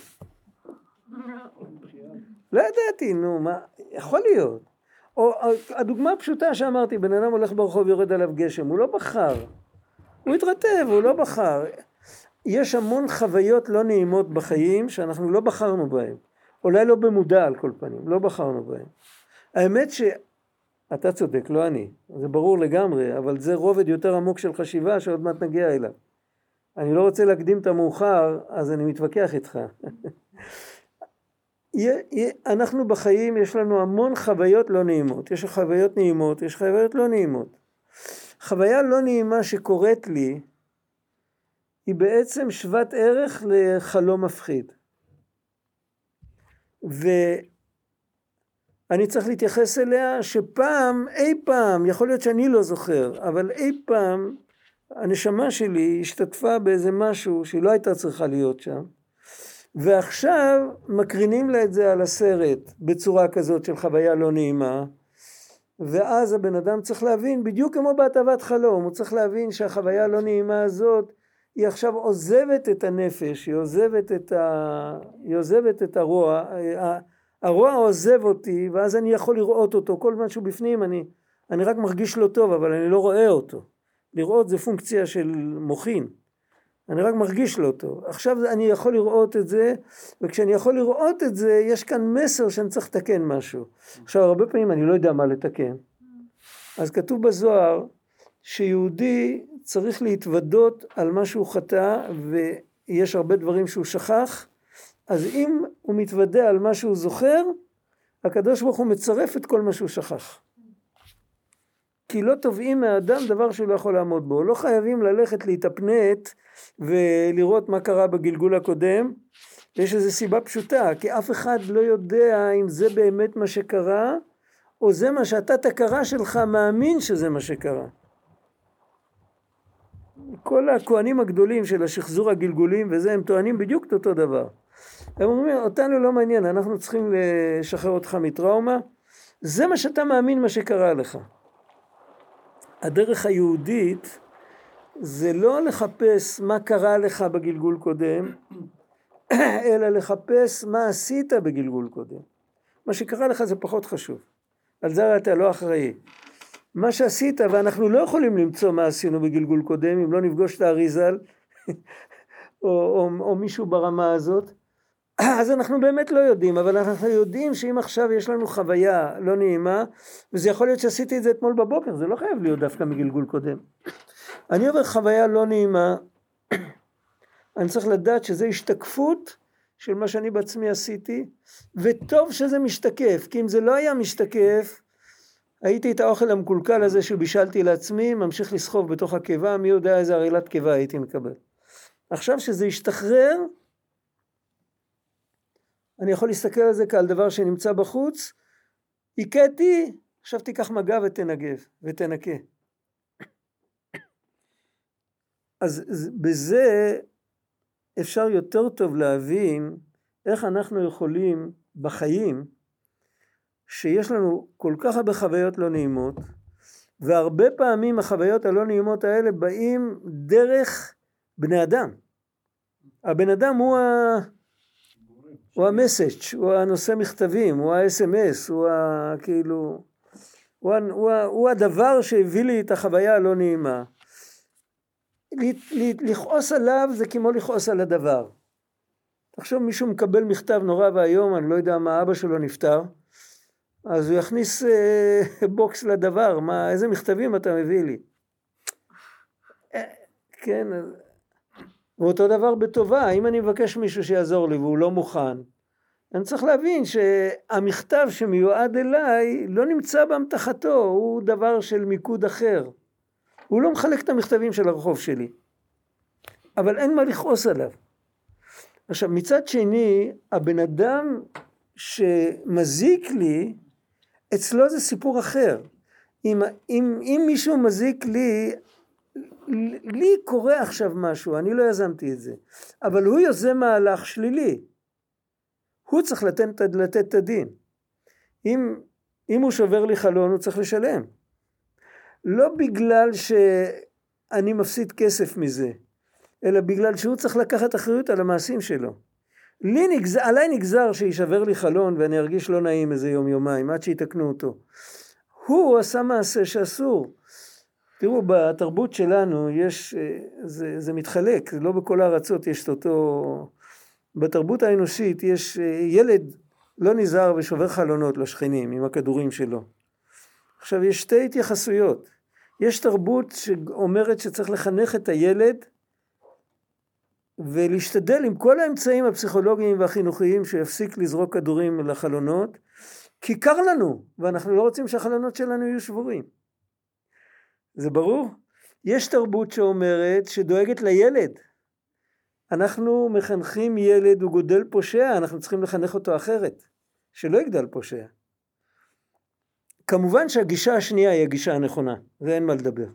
לא ידעתי, נו, מה, יכול להיות. או הדוגמה הפשוטה שאמרתי, בן אדם הולך ברחוב יורד עליו גשם, הוא לא בחר. הוא התרטב, הוא לא בחר. יש המון חוויות לא נעימות בחיים שאנחנו לא בחרנו בהן. אולי לא במודע על כל פנים, לא בחרנו בהן. האמת שאתה צודק, לא אני. זה ברור לגמרי, אבל זה רובד יותר עמוק של חשיבה שעוד מעט נגיע אליו. אני לא רוצה להקדים את המאוחר, אז אני מתווכח איתך. אנחנו בחיים יש לנו המון חוויות לא נעימות, יש חוויות נעימות, יש חוויות לא נעימות. חוויה לא נעימה שקורית לי, היא בעצם שוות ערך לחלום מפחיד. ואני צריך להתייחס אליה שפעם, אי פעם, יכול להיות שאני לא זוכר, אבל אי פעם הנשמה שלי השתתפה באיזה משהו שהיא לא הייתה צריכה להיות שם, ועכשיו מקרינים לה את זה על הסרט בצורה כזאת של חוויה לא נעימה, ואז הבן אדם צריך להבין, בדיוק כמו בהטבת חלום, הוא צריך להבין שהחוויה הלא נעימה הזאת, היא עכשיו עוזבת את הנפש, היא עוזבת את, ה... היא עוזבת את הרוע, הרוע עוזב אותי, ואז אני יכול לראות אותו, כל זמן שהוא בפנים, אני, אני רק מרגיש לא טוב, אבל אני לא רואה אותו. לראות זה פונקציה של מוחין. אני רק מרגיש לא טוב. עכשיו אני יכול לראות את זה, וכשאני יכול לראות את זה, יש כאן מסר שאני צריך לתקן משהו. עכשיו, הרבה פעמים אני לא יודע מה לתקן. אז כתוב בזוהר, שיהודי צריך להתוודות על מה שהוא חטא, ויש הרבה דברים שהוא שכח, אז אם הוא מתוודה על מה שהוא זוכר, הקדוש ברוך הוא מצרף את כל מה שהוא שכח. כי לא תובעים מהאדם דבר שהוא לא יכול לעמוד בו. לא חייבים ללכת להתאפנט ולראות מה קרה בגלגול הקודם. יש איזו סיבה פשוטה, כי אף אחד לא יודע אם זה באמת מה שקרה, או זה מה שאתה תקרה שלך מאמין שזה מה שקרה. כל הכהנים הגדולים של השחזור הגלגולים וזה, הם טוענים בדיוק את אותו דבר. הם אומרים, אותנו לא מעניין, אנחנו צריכים לשחרר אותך מטראומה, זה מה שאתה מאמין מה שקרה לך. הדרך היהודית זה לא לחפש מה קרה לך בגלגול קודם, אלא לחפש מה עשית בגלגול קודם. מה שקרה לך זה פחות חשוב. על זה אתה לא אחראי. מה שעשית, ואנחנו לא יכולים למצוא מה עשינו בגלגול קודם, אם לא נפגוש את האריזל, או, או, או מישהו ברמה הזאת, אז אנחנו באמת לא יודעים, אבל אנחנו יודעים שאם עכשיו יש לנו חוויה לא נעימה, וזה יכול להיות שעשיתי את זה אתמול בבוקר, זה לא חייב להיות דווקא מגלגול קודם. אני עובר חוויה לא נעימה, אני צריך לדעת שזה השתקפות של מה שאני בעצמי עשיתי, וטוב שזה משתקף, כי אם זה לא היה משתקף, הייתי את האוכל המקולקל הזה שבישלתי לעצמי, ממשיך לסחוב בתוך הקיבה, מי יודע איזה ערילת קיבה הייתי מקבל. עכשיו שזה ישתחרר, אני יכול להסתכל על זה כעל דבר שנמצא בחוץ, הכיתי, עכשיו תיקח מגע ותנגב, ותנקה. אז בזה אפשר יותר טוב להבין איך אנחנו יכולים בחיים, שיש לנו כל כך הרבה חוויות לא נעימות, והרבה פעמים החוויות הלא נעימות האלה באים דרך בני אדם. הבן אדם הוא ה... הוא המסאג', הוא הנושא מכתבים, הוא ה-אס אם אס, הוא ה... כאילו... הוא, ה... הוא, ה... הוא הדבר שהביא לי את החוויה הלא נעימה. לכעוס עליו זה כמו לכעוס על הדבר. עכשיו מישהו מקבל מכתב נורא והיום, אני לא יודע מה, אבא שלו נפטר, אז הוא יכניס אה, בוקס לדבר, מה, איזה מכתבים אתה מביא לי? אה, כן, אז... ואותו דבר בטובה, אם אני מבקש מישהו שיעזור לי והוא לא מוכן, אני צריך להבין שהמכתב שמיועד אליי לא נמצא באמתחתו, הוא דבר של מיקוד אחר. הוא לא מחלק את המכתבים של הרחוב שלי, אבל אין מה לכעוס עליו. עכשיו מצד שני, הבן אדם שמזיק לי, אצלו זה סיפור אחר. אם, אם, אם מישהו מזיק לי, לי קורה עכשיו משהו, אני לא יזמתי את זה, אבל הוא יוזם מהלך שלילי, הוא צריך לתת, לתת את הדין. אם, אם הוא שובר לי חלון, הוא צריך לשלם. לא בגלל שאני מפסיד כסף מזה, אלא בגלל שהוא צריך לקחת אחריות על המעשים שלו. לי נגזר, עליי נגזר שישבר לי חלון ואני ארגיש לא נעים איזה יום יומיים, עד שיתקנו אותו. הוא עשה מעשה שאסור. תראו, בתרבות שלנו יש, זה, זה מתחלק, לא בכל הארצות יש אותו, בתרבות האנושית יש ילד לא נזהר ושובר חלונות לשכנים עם הכדורים שלו. עכשיו יש שתי התייחסויות, יש תרבות שאומרת שצריך לחנך את הילד ולהשתדל עם כל האמצעים הפסיכולוגיים והחינוכיים שיפסיק לזרוק כדורים לחלונות, כי קר לנו ואנחנו לא רוצים שהחלונות שלנו יהיו שבורים. זה ברור? יש תרבות שאומרת שדואגת לילד. אנחנו מחנכים ילד, הוא גודל פושע, אנחנו צריכים לחנך אותו אחרת, שלא יגדל פושע. כמובן שהגישה השנייה היא הגישה הנכונה, זה אין מה לדבר.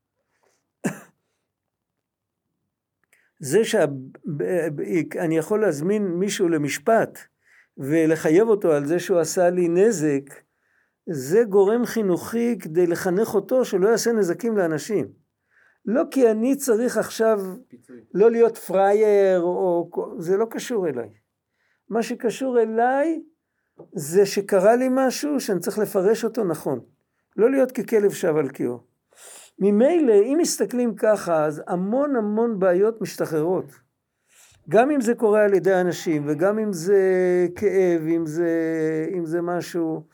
זה שאני יכול להזמין מישהו למשפט ולחייב אותו על זה שהוא עשה לי נזק, זה גורם חינוכי כדי לחנך אותו שלא יעשה נזקים לאנשים. לא כי אני צריך עכשיו פיצוי. לא להיות פרייר, או, זה לא קשור אליי. מה שקשור אליי זה שקרה לי משהו שאני צריך לפרש אותו נכון. לא להיות ככלב שב על קיאו. ממילא, אם מסתכלים ככה, אז המון המון בעיות משתחררות. גם אם זה קורה על ידי אנשים, וגם אם זה כאב, אם זה, אם זה משהו...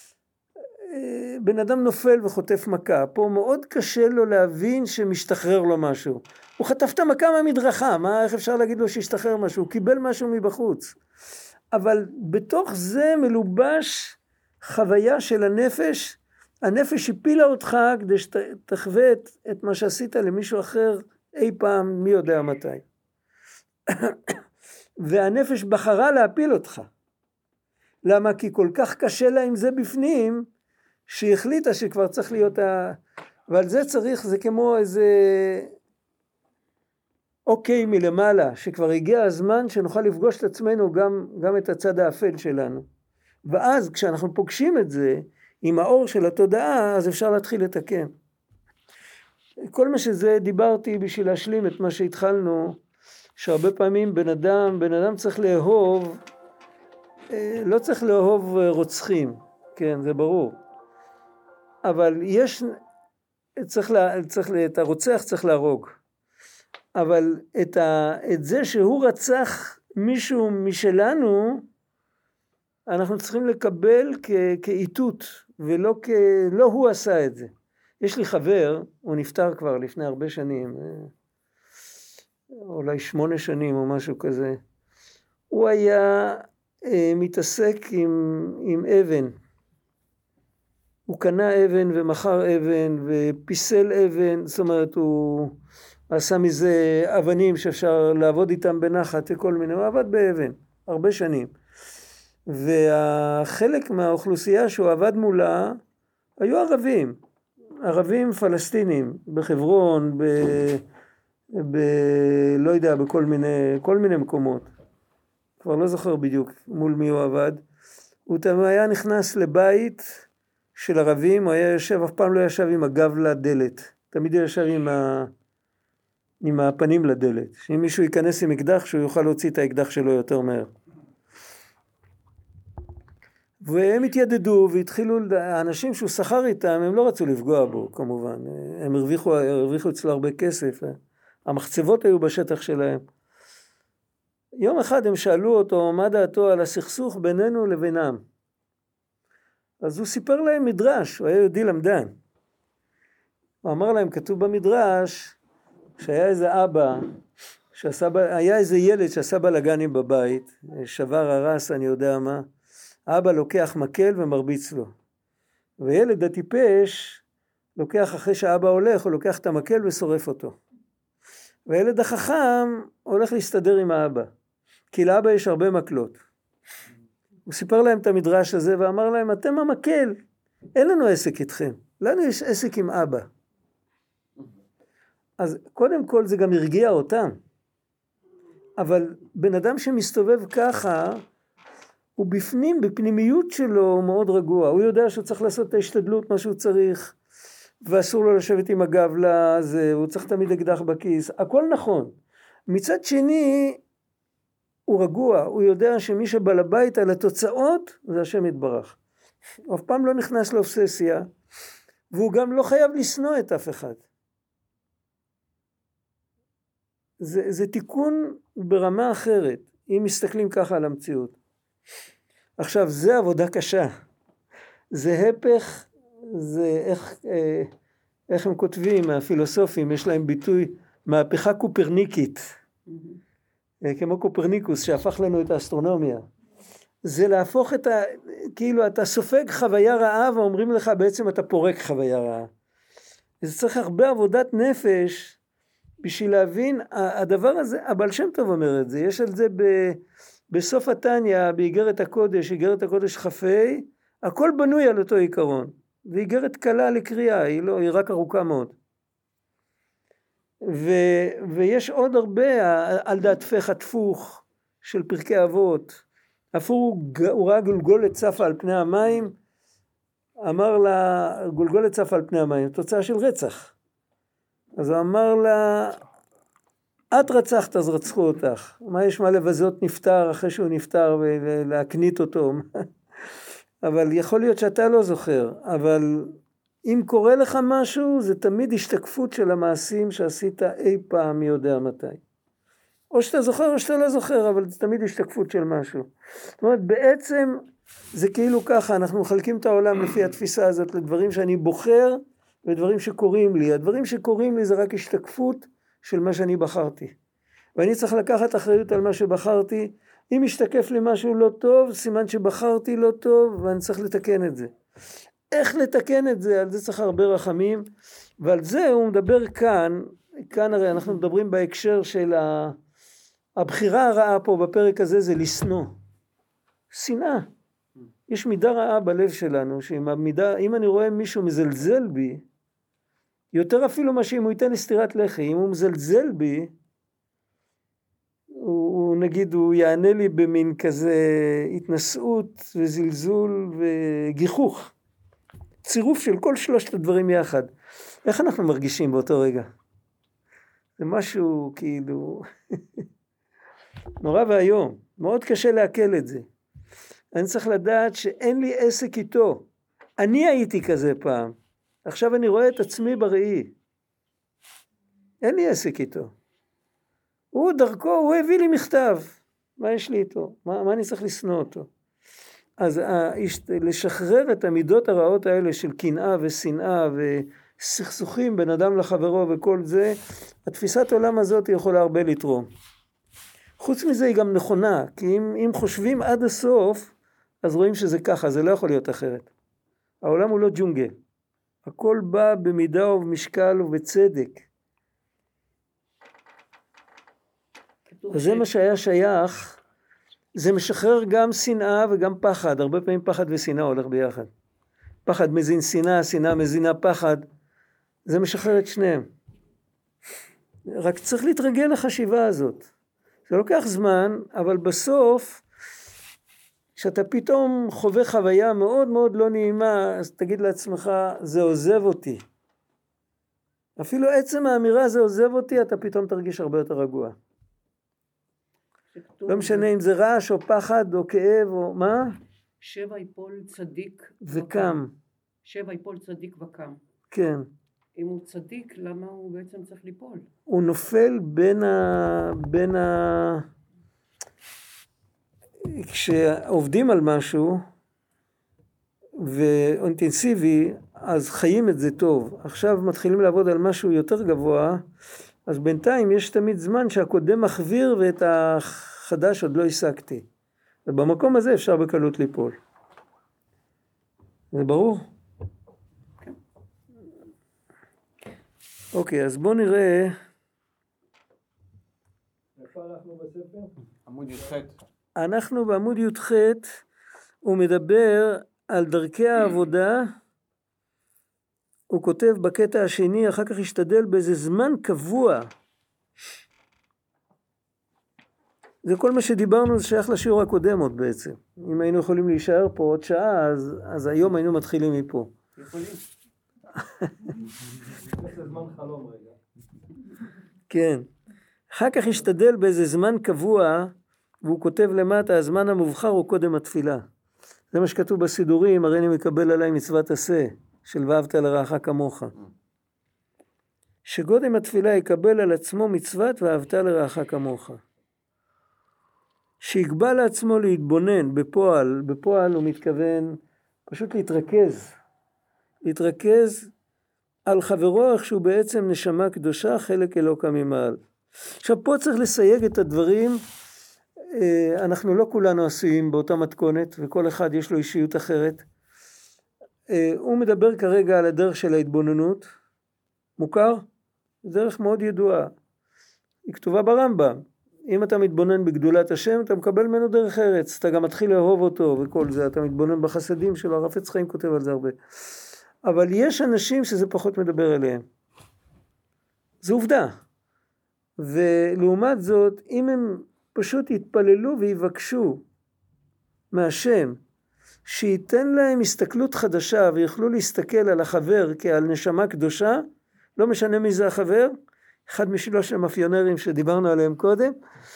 בן אדם נופל וחוטף מכה, פה מאוד קשה לו להבין שמשתחרר לו משהו. הוא חטף את המכה מהמדרכה, מה, איך אפשר להגיד לו שישתחרר משהו? הוא קיבל משהו מבחוץ. אבל בתוך זה מלובש חוויה של הנפש, הנפש הפילה אותך כדי שתחווה את, את מה שעשית למישהו אחר אי פעם, מי יודע מתי. והנפש בחרה להפיל אותך. למה? כי כל כך קשה לה עם זה בפנים, שהיא החליטה שכבר צריך להיות ה... ועל זה צריך, זה כמו איזה... אוקיי מלמעלה, שכבר הגיע הזמן שנוכל לפגוש את עצמנו גם, גם את הצד האפל שלנו. ואז כשאנחנו פוגשים את זה עם האור של התודעה, אז אפשר להתחיל לתקן. כל מה שזה דיברתי בשביל להשלים את מה שהתחלנו, שהרבה פעמים בן אדם, בן אדם צריך לאהוב, לא צריך לאהוב רוצחים, כן, זה ברור. אבל יש, צריך, לה, צריך, את הרוצח צריך להרוג. אבל את, ה, את זה שהוא רצח מישהו משלנו, אנחנו צריכים לקבל כ, כאיתות, ולא כ, לא הוא עשה את זה. יש לי חבר, הוא נפטר כבר לפני הרבה שנים, אולי שמונה שנים או משהו כזה. הוא היה אה, מתעסק עם, עם אבן. הוא קנה אבן ומכר אבן ופיסל אבן, זאת אומרת הוא עשה מזה אבנים שאפשר לעבוד איתם בנחת וכל מיני, הוא עבד באבן הרבה שנים. והחלק מהאוכלוסייה שהוא עבד מולה היו ערבים, ערבים פלסטינים בחברון, ב... ב... לא יודע, בכל מיני, כל מיני מקומות. כבר לא זוכר בדיוק מול מי הוא עבד. הוא היה נכנס לבית של ערבים, הוא היה יושב, אף פעם לא ישב עם הגב לדלת. תמיד הוא ישב עם, ה... עם הפנים לדלת. שאם מישהו ייכנס עם אקדח, שהוא יוכל להוציא את האקדח שלו יותר מהר. והם התיידדו והתחילו, האנשים שהוא שכר איתם, הם לא רצו לפגוע בו כמובן. הם הרוויחו, הרוויחו אצלו הרבה כסף. המחצבות היו בשטח שלהם. יום אחד הם שאלו אותו מה דעתו על הסכסוך בינינו לבינם. אז הוא סיפר להם מדרש, הוא היה יהודי למדן. הוא אמר להם, כתוב במדרש, שהיה איזה אבא, שעשה, היה איזה ילד שעשה בלגנים בבית, שבר הרס, אני יודע מה, האבא לוקח מקל ומרביץ לו. וילד הטיפש לוקח אחרי שהאבא הולך, הוא לוקח את המקל ושורף אותו. והילד החכם הולך להסתדר עם האבא, כי לאבא יש הרבה מקלות. הוא סיפר להם את המדרש הזה ואמר להם, אתם המקל, אין לנו עסק איתכם, לנו יש עסק עם אבא. אז קודם כל זה גם הרגיע אותם, אבל בן אדם שמסתובב ככה, הוא בפנים, בפנימיות שלו הוא מאוד רגוע, הוא יודע שהוא צריך לעשות את ההשתדלות מה שהוא צריך, ואסור לו לשבת עם הגב לזה, הוא צריך תמיד אקדח בכיס, הכל נכון. מצד שני, הוא רגוע, הוא יודע שמי שבא לבית על התוצאות, זה השם יתברך. הוא אף פעם לא נכנס לאובססיה, והוא גם לא חייב לשנוא את אף אחד. זה, זה תיקון ברמה אחרת, אם מסתכלים ככה על המציאות. עכשיו, זה עבודה קשה. זה הפך, זה איך, אה, איך הם כותבים, הפילוסופים, יש להם ביטוי, מהפכה קופרניקית. Mm-hmm. כמו קופרניקוס שהפך לנו את האסטרונומיה. זה להפוך את ה... כאילו אתה סופג חוויה רעה ואומרים לך בעצם אתה פורק חוויה רעה. זה צריך הרבה עבודת נפש בשביל להבין, הדבר הזה, הבעל שם טוב אומר את זה, יש על זה ב... בסוף התניא, באיגרת הקודש, איגרת הקודש חפי, הכל בנוי על אותו עיקרון. זה איגרת קלה לקריאה, היא, לא, היא רק ארוכה מאוד. ו, ויש עוד הרבה, על דעת פך התפוך של פרקי אבות. אפור הוא ראה גולגולת צפה על פני המים, אמר לה, גולגולת צפה על פני המים, תוצאה של רצח. אז הוא אמר לה, את רצחת אז רצחו אותך, מה יש מה לבזות נפטר אחרי שהוא נפטר ולהקנית אותו, אבל יכול להיות שאתה לא זוכר, אבל אם קורה לך משהו זה תמיד השתקפות של המעשים שעשית אי פעם מי יודע מתי, או שאתה זוכר או שאתה לא זוכר, אבל זה תמיד השתקפות של משהו. זאת אומרת בעצם זה כאילו ככה, אנחנו מחלקים את העולם לפי התפיסה הזאת לדברים שאני בוחר ודברים שקוראים לי, הדברים שקוראים לי זה רק השתקפות של מה שאני בחרתי. ואני צריך לקחת אחריות על מה שבחרתי. אם משתקף לי משהו לא טוב, סימן שבחרתי לא טוב, ואני צריך לתקן את זה. איך לתקן את זה? על זה צריך הרבה רחמים, ועל זה הוא מדבר כאן, כאן הרי אנחנו מדברים בהקשר של ה... הבחירה הרעה פה בפרק הזה זה לשנוא. שנאה. יש מידה רעה בלב שלנו, שאם המידה, אם אני רואה מישהו מזלזל בי, יותר אפילו מה שאם הוא ייתן לי סטירת לחי, אם הוא מזלזל בי, הוא נגיד, הוא יענה לי במין כזה התנשאות וזלזול וגיחוך. צירוף של כל שלושת הדברים יחד. איך אנחנו מרגישים באותו רגע? זה משהו כאילו נורא והיום. מאוד קשה לעכל את זה. אני צריך לדעת שאין לי עסק איתו. אני הייתי כזה פעם. עכשיו אני רואה את עצמי בראי. אין לי עסק איתו. הוא דרכו, הוא הביא לי מכתב. מה יש לי איתו? מה, מה אני צריך לשנוא אותו? אז לשחרר את המידות הרעות האלה של קנאה ושנאה וסכסוכים בין אדם לחברו וכל זה, התפיסת עולם הזאת יכולה הרבה לתרום. חוץ מזה היא גם נכונה, כי אם, אם חושבים עד הסוף, אז רואים שזה ככה, זה לא יכול להיות אחרת. העולם הוא לא ג'ונגל. הכל בא במידה ובמשקל ובצדק. וזה מה שהיה שייך, זה משחרר גם שנאה וגם פחד, הרבה פעמים פחד ושנאה הולך ביחד. פחד מזין שנאה, שנאה מזינה פחד, זה משחרר את שניהם. רק צריך להתרגל לחשיבה הזאת. זה לוקח זמן, אבל בסוף, כשאתה פתאום חווה חוויה מאוד מאוד לא נעימה, אז תגיד לעצמך, זה עוזב אותי. אפילו עצם האמירה זה עוזב אותי, אתה פתאום תרגיש הרבה יותר רגוע. לא משנה אם זה רעש או פחד או כאב או מה? שבע יפול צדיק וקם. שבע יפול צדיק וקם. כן. אם הוא צדיק, למה הוא בעצם צריך ליפול? הוא נופל בין ה... בין ה... כשעובדים על משהו ואינטנסיבי, אז חיים את זה טוב. עכשיו מתחילים לעבוד על משהו יותר גבוה, אז בינתיים יש תמיד זמן שהקודם מחוויר ואת החדש עוד לא השגתי. ובמקום הזה אפשר בקלות ליפול. זה ברור? כן. אוקיי, אז בואו נראה. איפה אנחנו בספר? עמוד י"ח. אנחנו בעמוד י"ח, הוא מדבר על דרכי העבודה, הוא כותב בקטע השני, אחר כך השתדל באיזה זמן קבוע. זה כל מה שדיברנו, זה שייך לשיעור הקודם עוד בעצם. אם היינו יכולים להישאר פה עוד שעה, אז, אז היום היינו מתחילים מפה. יכולים. זה זמן חלום רגע. כן. אחר כך השתדל באיזה זמן קבוע, והוא כותב למטה, הזמן המובחר הוא קודם התפילה. זה מה שכתוב בסידורים, הרי אני מקבל עליי מצוות עשה, של ואהבת לרעך כמוך. שקודם התפילה יקבל על עצמו מצוות ואהבת לרעך כמוך. שיקבע לעצמו להתבונן בפועל, בפועל הוא מתכוון פשוט להתרכז. להתרכז על חברו איך שהוא בעצם נשמה קדושה, חלק אלוקה ממעל. עכשיו פה צריך לסייג את הדברים, אנחנו לא כולנו עשויים באותה מתכונת, וכל אחד יש לו אישיות אחרת. הוא מדבר כרגע על הדרך של ההתבוננות, מוכר? דרך מאוד ידועה, היא כתובה ברמב"ם. אם אתה מתבונן בגדולת השם, אתה מקבל ממנו דרך ארץ, אתה גם מתחיל לאהוב אותו וכל זה, אתה מתבונן בחסדים שלו, הרב חפץ חיים כותב על זה הרבה. אבל יש אנשים שזה פחות מדבר אליהם. זו עובדה. ולעומת זאת, אם הם פשוט יתפללו ויבקשו מהשם, שייתן להם הסתכלות חדשה ויוכלו להסתכל על החבר כעל נשמה קדושה, לא משנה מי זה החבר, אחד משלוש המאפיונרים שדיברנו עליהם קודם,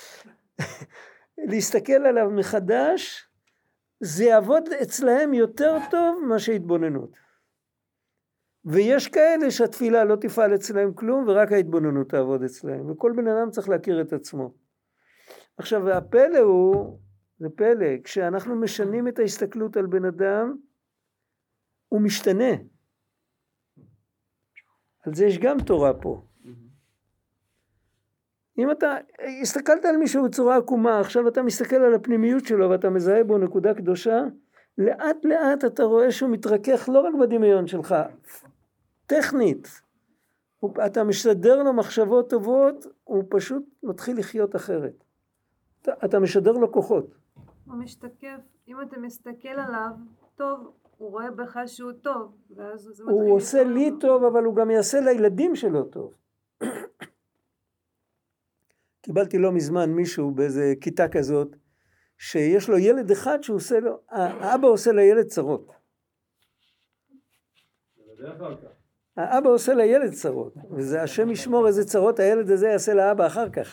להסתכל עליו מחדש, זה יעבוד אצלהם יותר טוב מה שהתבוננות. ויש כאלה שהתפילה לא תפעל אצלהם כלום, ורק ההתבוננות תעבוד אצלהם, וכל בן אדם צריך להכיר את עצמו. עכשיו, הפלא הוא, זה פלא, כשאנחנו משנים את ההסתכלות על בן אדם, הוא משתנה. על זה יש גם תורה פה. אם אתה הסתכלת על מישהו בצורה עקומה, עכשיו אתה מסתכל על הפנימיות שלו ואתה מזהה בו נקודה קדושה, לאט לאט אתה רואה שהוא מתרכך לא רק בדמיון שלך, טכנית. אתה משדר לו מחשבות טובות, הוא פשוט מתחיל לחיות אחרת. אתה, אתה משדר לו כוחות. הוא משתקף, אם אתה מסתכל עליו, טוב, הוא רואה בך שהוא טוב, ואז זה מתחיל... הוא עושה לי טוב, אבל הוא גם יעשה לילדים שלו טוב. כי קיבלתי לא מזמן מישהו באיזה כיתה כזאת, שיש לו ילד אחד שעושה לו, האבא עושה לילד צרות. האבא עושה לילד צרות, וזה השם ישמור איזה צרות הילד הזה יעשה לאבא אחר כך.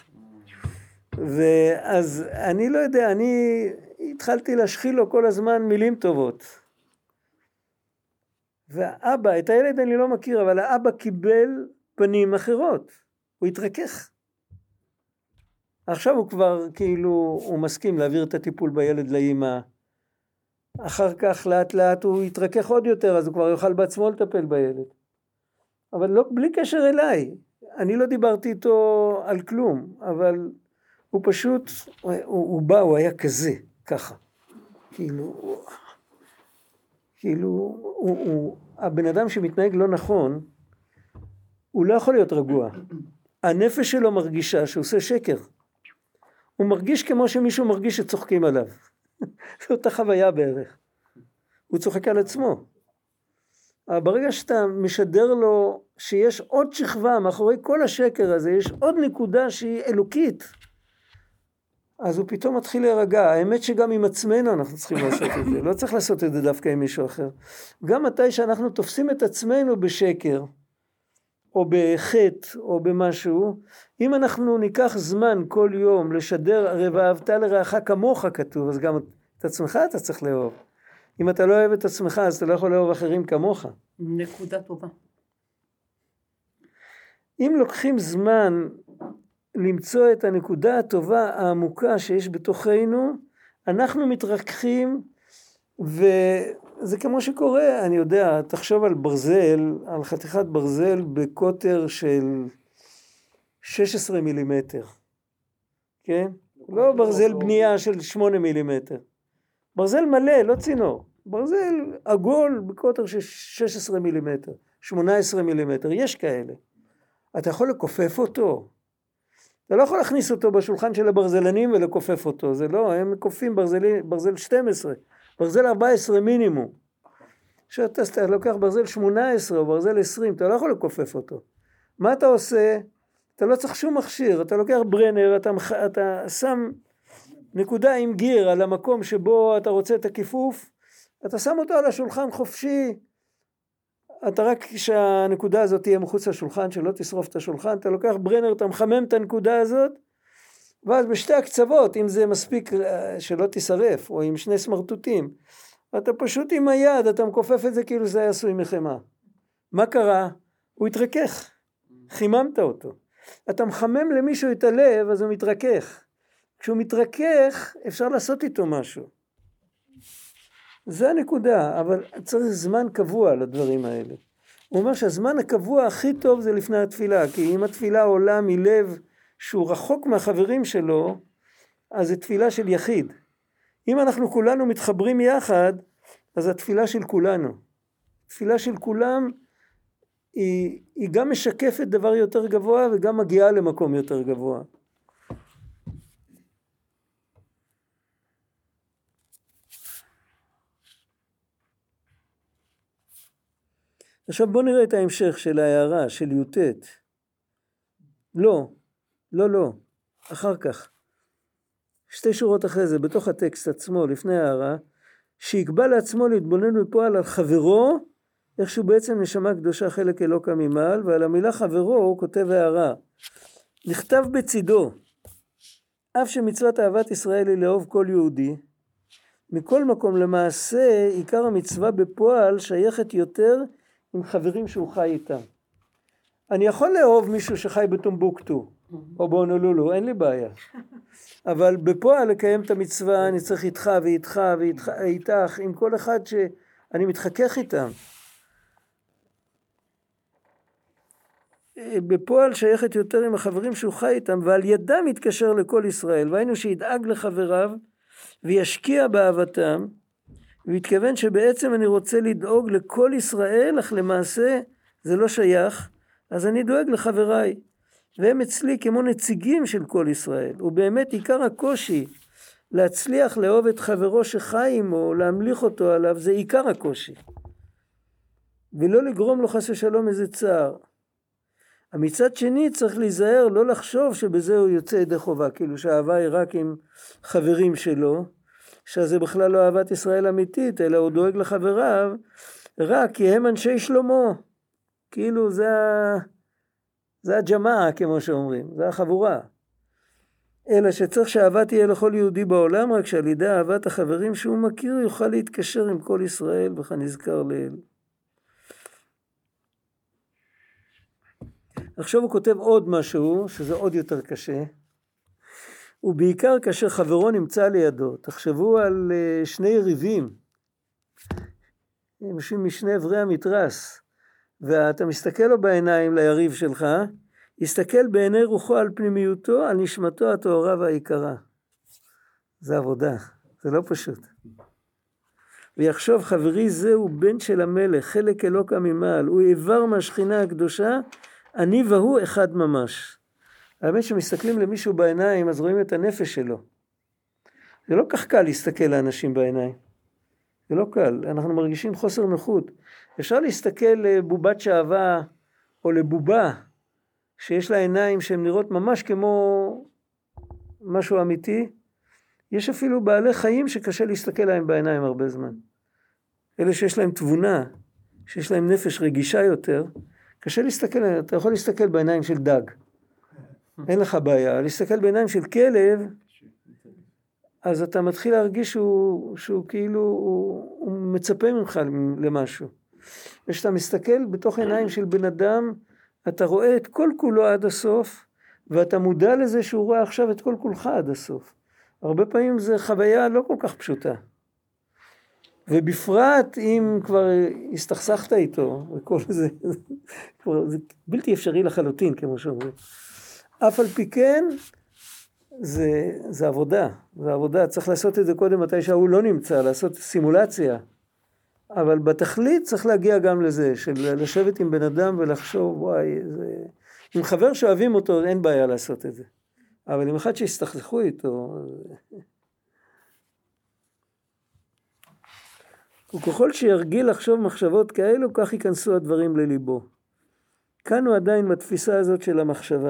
ואז אני לא יודע, אני התחלתי להשחיל לו כל הזמן מילים טובות. והאבא, את הילד אני לא מכיר, אבל האבא קיבל פנים אחרות, הוא התרכך. עכשיו הוא כבר כאילו, הוא מסכים להעביר את הטיפול בילד לאמא. אחר כך לאט לאט הוא יתרכך עוד יותר, אז הוא כבר יוכל בעצמו לטפל בילד. אבל לא, בלי קשר אליי. אני לא דיברתי איתו על כלום, אבל הוא פשוט, הוא, הוא בא, הוא היה כזה, ככה. כאילו, כאילו, הוא, הוא, הבן אדם שמתנהג לא נכון, הוא לא יכול להיות רגוע. הנפש שלו מרגישה שהוא עושה שקר. הוא מרגיש כמו שמישהו מרגיש שצוחקים עליו. זאת החוויה בערך. הוא צוחק על עצמו. ברגע שאתה משדר לו שיש עוד שכבה מאחורי כל השקר הזה, יש עוד נקודה שהיא אלוקית, אז הוא פתאום מתחיל להירגע. האמת שגם עם עצמנו אנחנו צריכים לעשות את זה. לא צריך לעשות את זה דווקא עם מישהו אחר. גם מתי שאנחנו תופסים את עצמנו בשקר, או בחטא, או במשהו, אם אנחנו ניקח זמן כל יום לשדר, הרי ואהבת לרעך כמוך כתוב, אז גם את עצמך אתה צריך לאהוב. אם אתה לא אוהב את עצמך, אז אתה לא יכול לאהוב אחרים כמוך. נקודה טובה. אם לוקחים זמן למצוא את הנקודה הטובה העמוקה שיש בתוכנו, אנחנו מתרככים, וזה כמו שקורה, אני יודע, תחשוב על ברזל, על חתיכת ברזל בקוטר של שש עשרה מילימטר, כן? לא ברזל בנייה של שמונה מילימטר. ברזל מלא, לא צינור. ברזל עגול בקוטר של שש עשרה מילימטר, שמונה עשרה מילימטר, יש כאלה. אתה יכול לקופף אותו. אתה לא יכול להכניס אותו בשולחן של הברזלנים ולקופף אותו. זה לא, הם מקופים ברזל, ברזל שתים עשרה, ברזל ארבע עשרה מינימום. כשאתה אתה לוקח ברזל שמונה עשרה או ברזל עשרים, אתה לא יכול לקופף אותו. מה אתה עושה? אתה לא צריך שום מכשיר. אתה לוקח ברנר, אתה, אתה שם נקודה עם גיר על המקום שבו אתה רוצה את הכיפוף, אתה שם אותו על השולחן חופשי, אתה רק שהנקודה הזאת תהיה מחוץ לשולחן, שלא תשרוף את השולחן, אתה לוקח ברנר, אתה מחמם את הנקודה הזאת, ואז בשתי הקצוות, אם זה מספיק שלא תשרף, או עם שני סמרטוטים, אתה פשוט עם היד, אתה מקופף את זה כאילו זה היה עשוי מחמה. מה קרה? הוא התרכך, חיממת אותו. אתה מחמם למישהו את הלב, אז הוא מתרכך. כשהוא מתרכך, אפשר לעשות איתו משהו. זה הנקודה, אבל צריך זמן קבוע לדברים האלה. הוא אומר שהזמן הקבוע הכי טוב זה לפני התפילה, כי אם התפילה עולה מלב שהוא רחוק מהחברים שלו, אז זה תפילה של יחיד. אם אנחנו כולנו מתחברים יחד, אז התפילה של כולנו. תפילה של כולם היא, היא גם משקפת דבר יותר גבוה וגם מגיעה למקום יותר גבוה. עכשיו בוא נראה את ההמשך של ההערה, של יוטט. לא, לא, לא, אחר כך. שתי שורות אחרי זה, בתוך הטקסט עצמו, לפני ההערה, שיקבע לעצמו להתבונן בפועל על חברו, איך שהוא בעצם נשמה קדושה חלק אלוקה ממעל, ועל המילה חברו הוא כותב הערה. נכתב בצידו, אף שמצוות אהבת ישראל היא לאהוב כל יהודי, מכל מקום למעשה עיקר המצווה בפועל שייכת יותר עם חברים שהוא חי איתם. אני יכול לאהוב מישהו שחי בטומבוקטו, או בהונולולו, אין לי בעיה. אבל בפועל לקיים את המצווה אני צריך איתך ואיתך ואיתך, עם כל אחד שאני מתחכך איתם. בפועל שייכת יותר עם החברים שהוא חי איתם, ועל ידם מתקשר לכל ישראל, והיינו שידאג לחבריו וישקיע באהבתם, והתכוון שבעצם אני רוצה לדאוג לכל ישראל, אך למעשה זה לא שייך, אז אני דואג לחבריי, והם אצלי כמו נציגים של כל ישראל, ובאמת עיקר הקושי להצליח לאהוב את חברו שחי עמו, להמליך אותו עליו, זה עיקר הקושי, ולא לגרום לו חס ושלום איזה צער. מצד שני צריך להיזהר לא לחשוב שבזה הוא יוצא ידי חובה, כאילו שהאהבה היא רק עם חברים שלו, שזה בכלל לא אהבת ישראל אמיתית, אלא הוא דואג לחבריו רק כי הם אנשי שלמה, כאילו זה, זה הג'מעה כמו שאומרים, זה החבורה. אלא שצריך שהאהבה תהיה לכל יהודי בעולם, רק שעל ידי אהבת החברים שהוא מכיר יוכל להתקשר עם כל ישראל וכנזכר לאל. עכשיו הוא כותב עוד משהו שזה עוד יותר קשה, ובעיקר כאשר חברו נמצא לידו. תחשבו על שני יריבים, אנשים משני עברי המתרס, ואתה מסתכל לו בעיניים ליריב שלך, יסתכל בעיני רוחו על פנימיותו, על נשמתו הטהורה והיקרה. זה עבודה, זה לא פשוט. ויחשוב חברי זה הוא בן של המלך, חלק אלוקה ממעל, הוא איבר מהשכינה הקדושה, אני והוא אחד ממש. האמת שמסתכלים למישהו בעיניים, אז רואים את הנפש שלו. זה לא כך קל להסתכל לאנשים בעיניים. זה לא קל, אנחנו מרגישים חוסר נוחות. אפשר להסתכל לבובת שעבה, או לבובה, שיש לה עיניים שהן נראות ממש כמו משהו אמיתי. יש אפילו בעלי חיים שקשה להסתכל להם בעיניים הרבה זמן. אלה שיש להם תבונה, שיש להם נפש רגישה יותר, קשה להסתכל, אתה יכול להסתכל בעיניים של דג, אין לך בעיה, להסתכל בעיניים של כלב, אז אתה מתחיל להרגיש שהוא, שהוא כאילו, הוא, הוא מצפה ממך למשהו. ושאתה מסתכל בתוך עיניים של בן אדם, אתה רואה את כל כולו עד הסוף, ואתה מודע לזה שהוא רואה עכשיו את כל כולך עד הסוף. הרבה פעמים זה חוויה לא כל כך פשוטה. ובפרט אם כבר הסתכסכת איתו, וכל זה, זה בלתי אפשרי לחלוטין, כמו שאומרים. אף על פי כן, זה, זה עבודה, זה עבודה, צריך לעשות את זה קודם מתי שהוא לא נמצא, לעשות סימולציה. אבל בתכלית צריך להגיע גם לזה, של לשבת עם בן אדם ולחשוב, וואי, זה... עם חבר שאוהבים אותו, אין בעיה לעשות את זה. אבל עם אחד שהסתכסכו איתו... וככל שירגיל לחשוב מחשבות כאלו, כך ייכנסו הדברים לליבו. כאן הוא עדיין בתפיסה הזאת של המחשבה.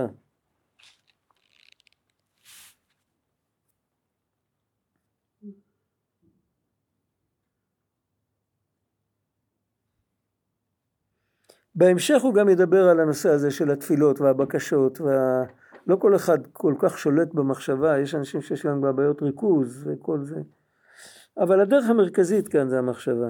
בהמשך הוא גם ידבר על הנושא הזה של התפילות והבקשות, וה... לא כל אחד כל כך שולט במחשבה, יש אנשים שיש להם בעיות ריכוז וכל זה. אבל הדרך המרכזית כאן זה המחשבה.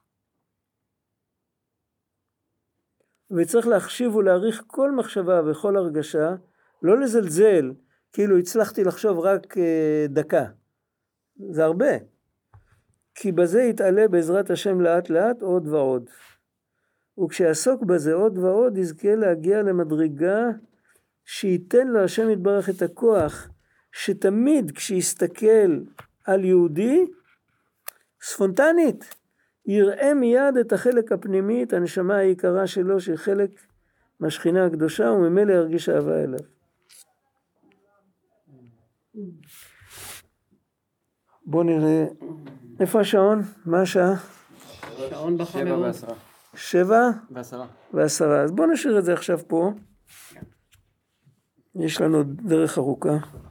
וצריך להחשיב ולהעריך כל מחשבה וכל הרגשה, לא לזלזל, כאילו הצלחתי לחשוב רק דקה. זה הרבה. כי בזה יתעלה בעזרת השם לאט לאט עוד ועוד. וכשיעסוק בזה עוד ועוד, יזכה להגיע למדרגה שייתן לו השם יתברך את הכוח, שתמיד כשיסתכל על יהודי, ספונטנית, יראה מיד את החלק הפנימי, את הנשמה העיקרה שלו, שהיא חלק מהשכינה הקדושה, וממילא ירגיש אהבה אליו. בואו נראה, איפה השעון? מה השעה? שעון שבע בחמרות. ועשרה. שבע ועשרה. ועשרה. אז בואו נשאיר את זה עכשיו פה. יש לנו דרך ארוכה.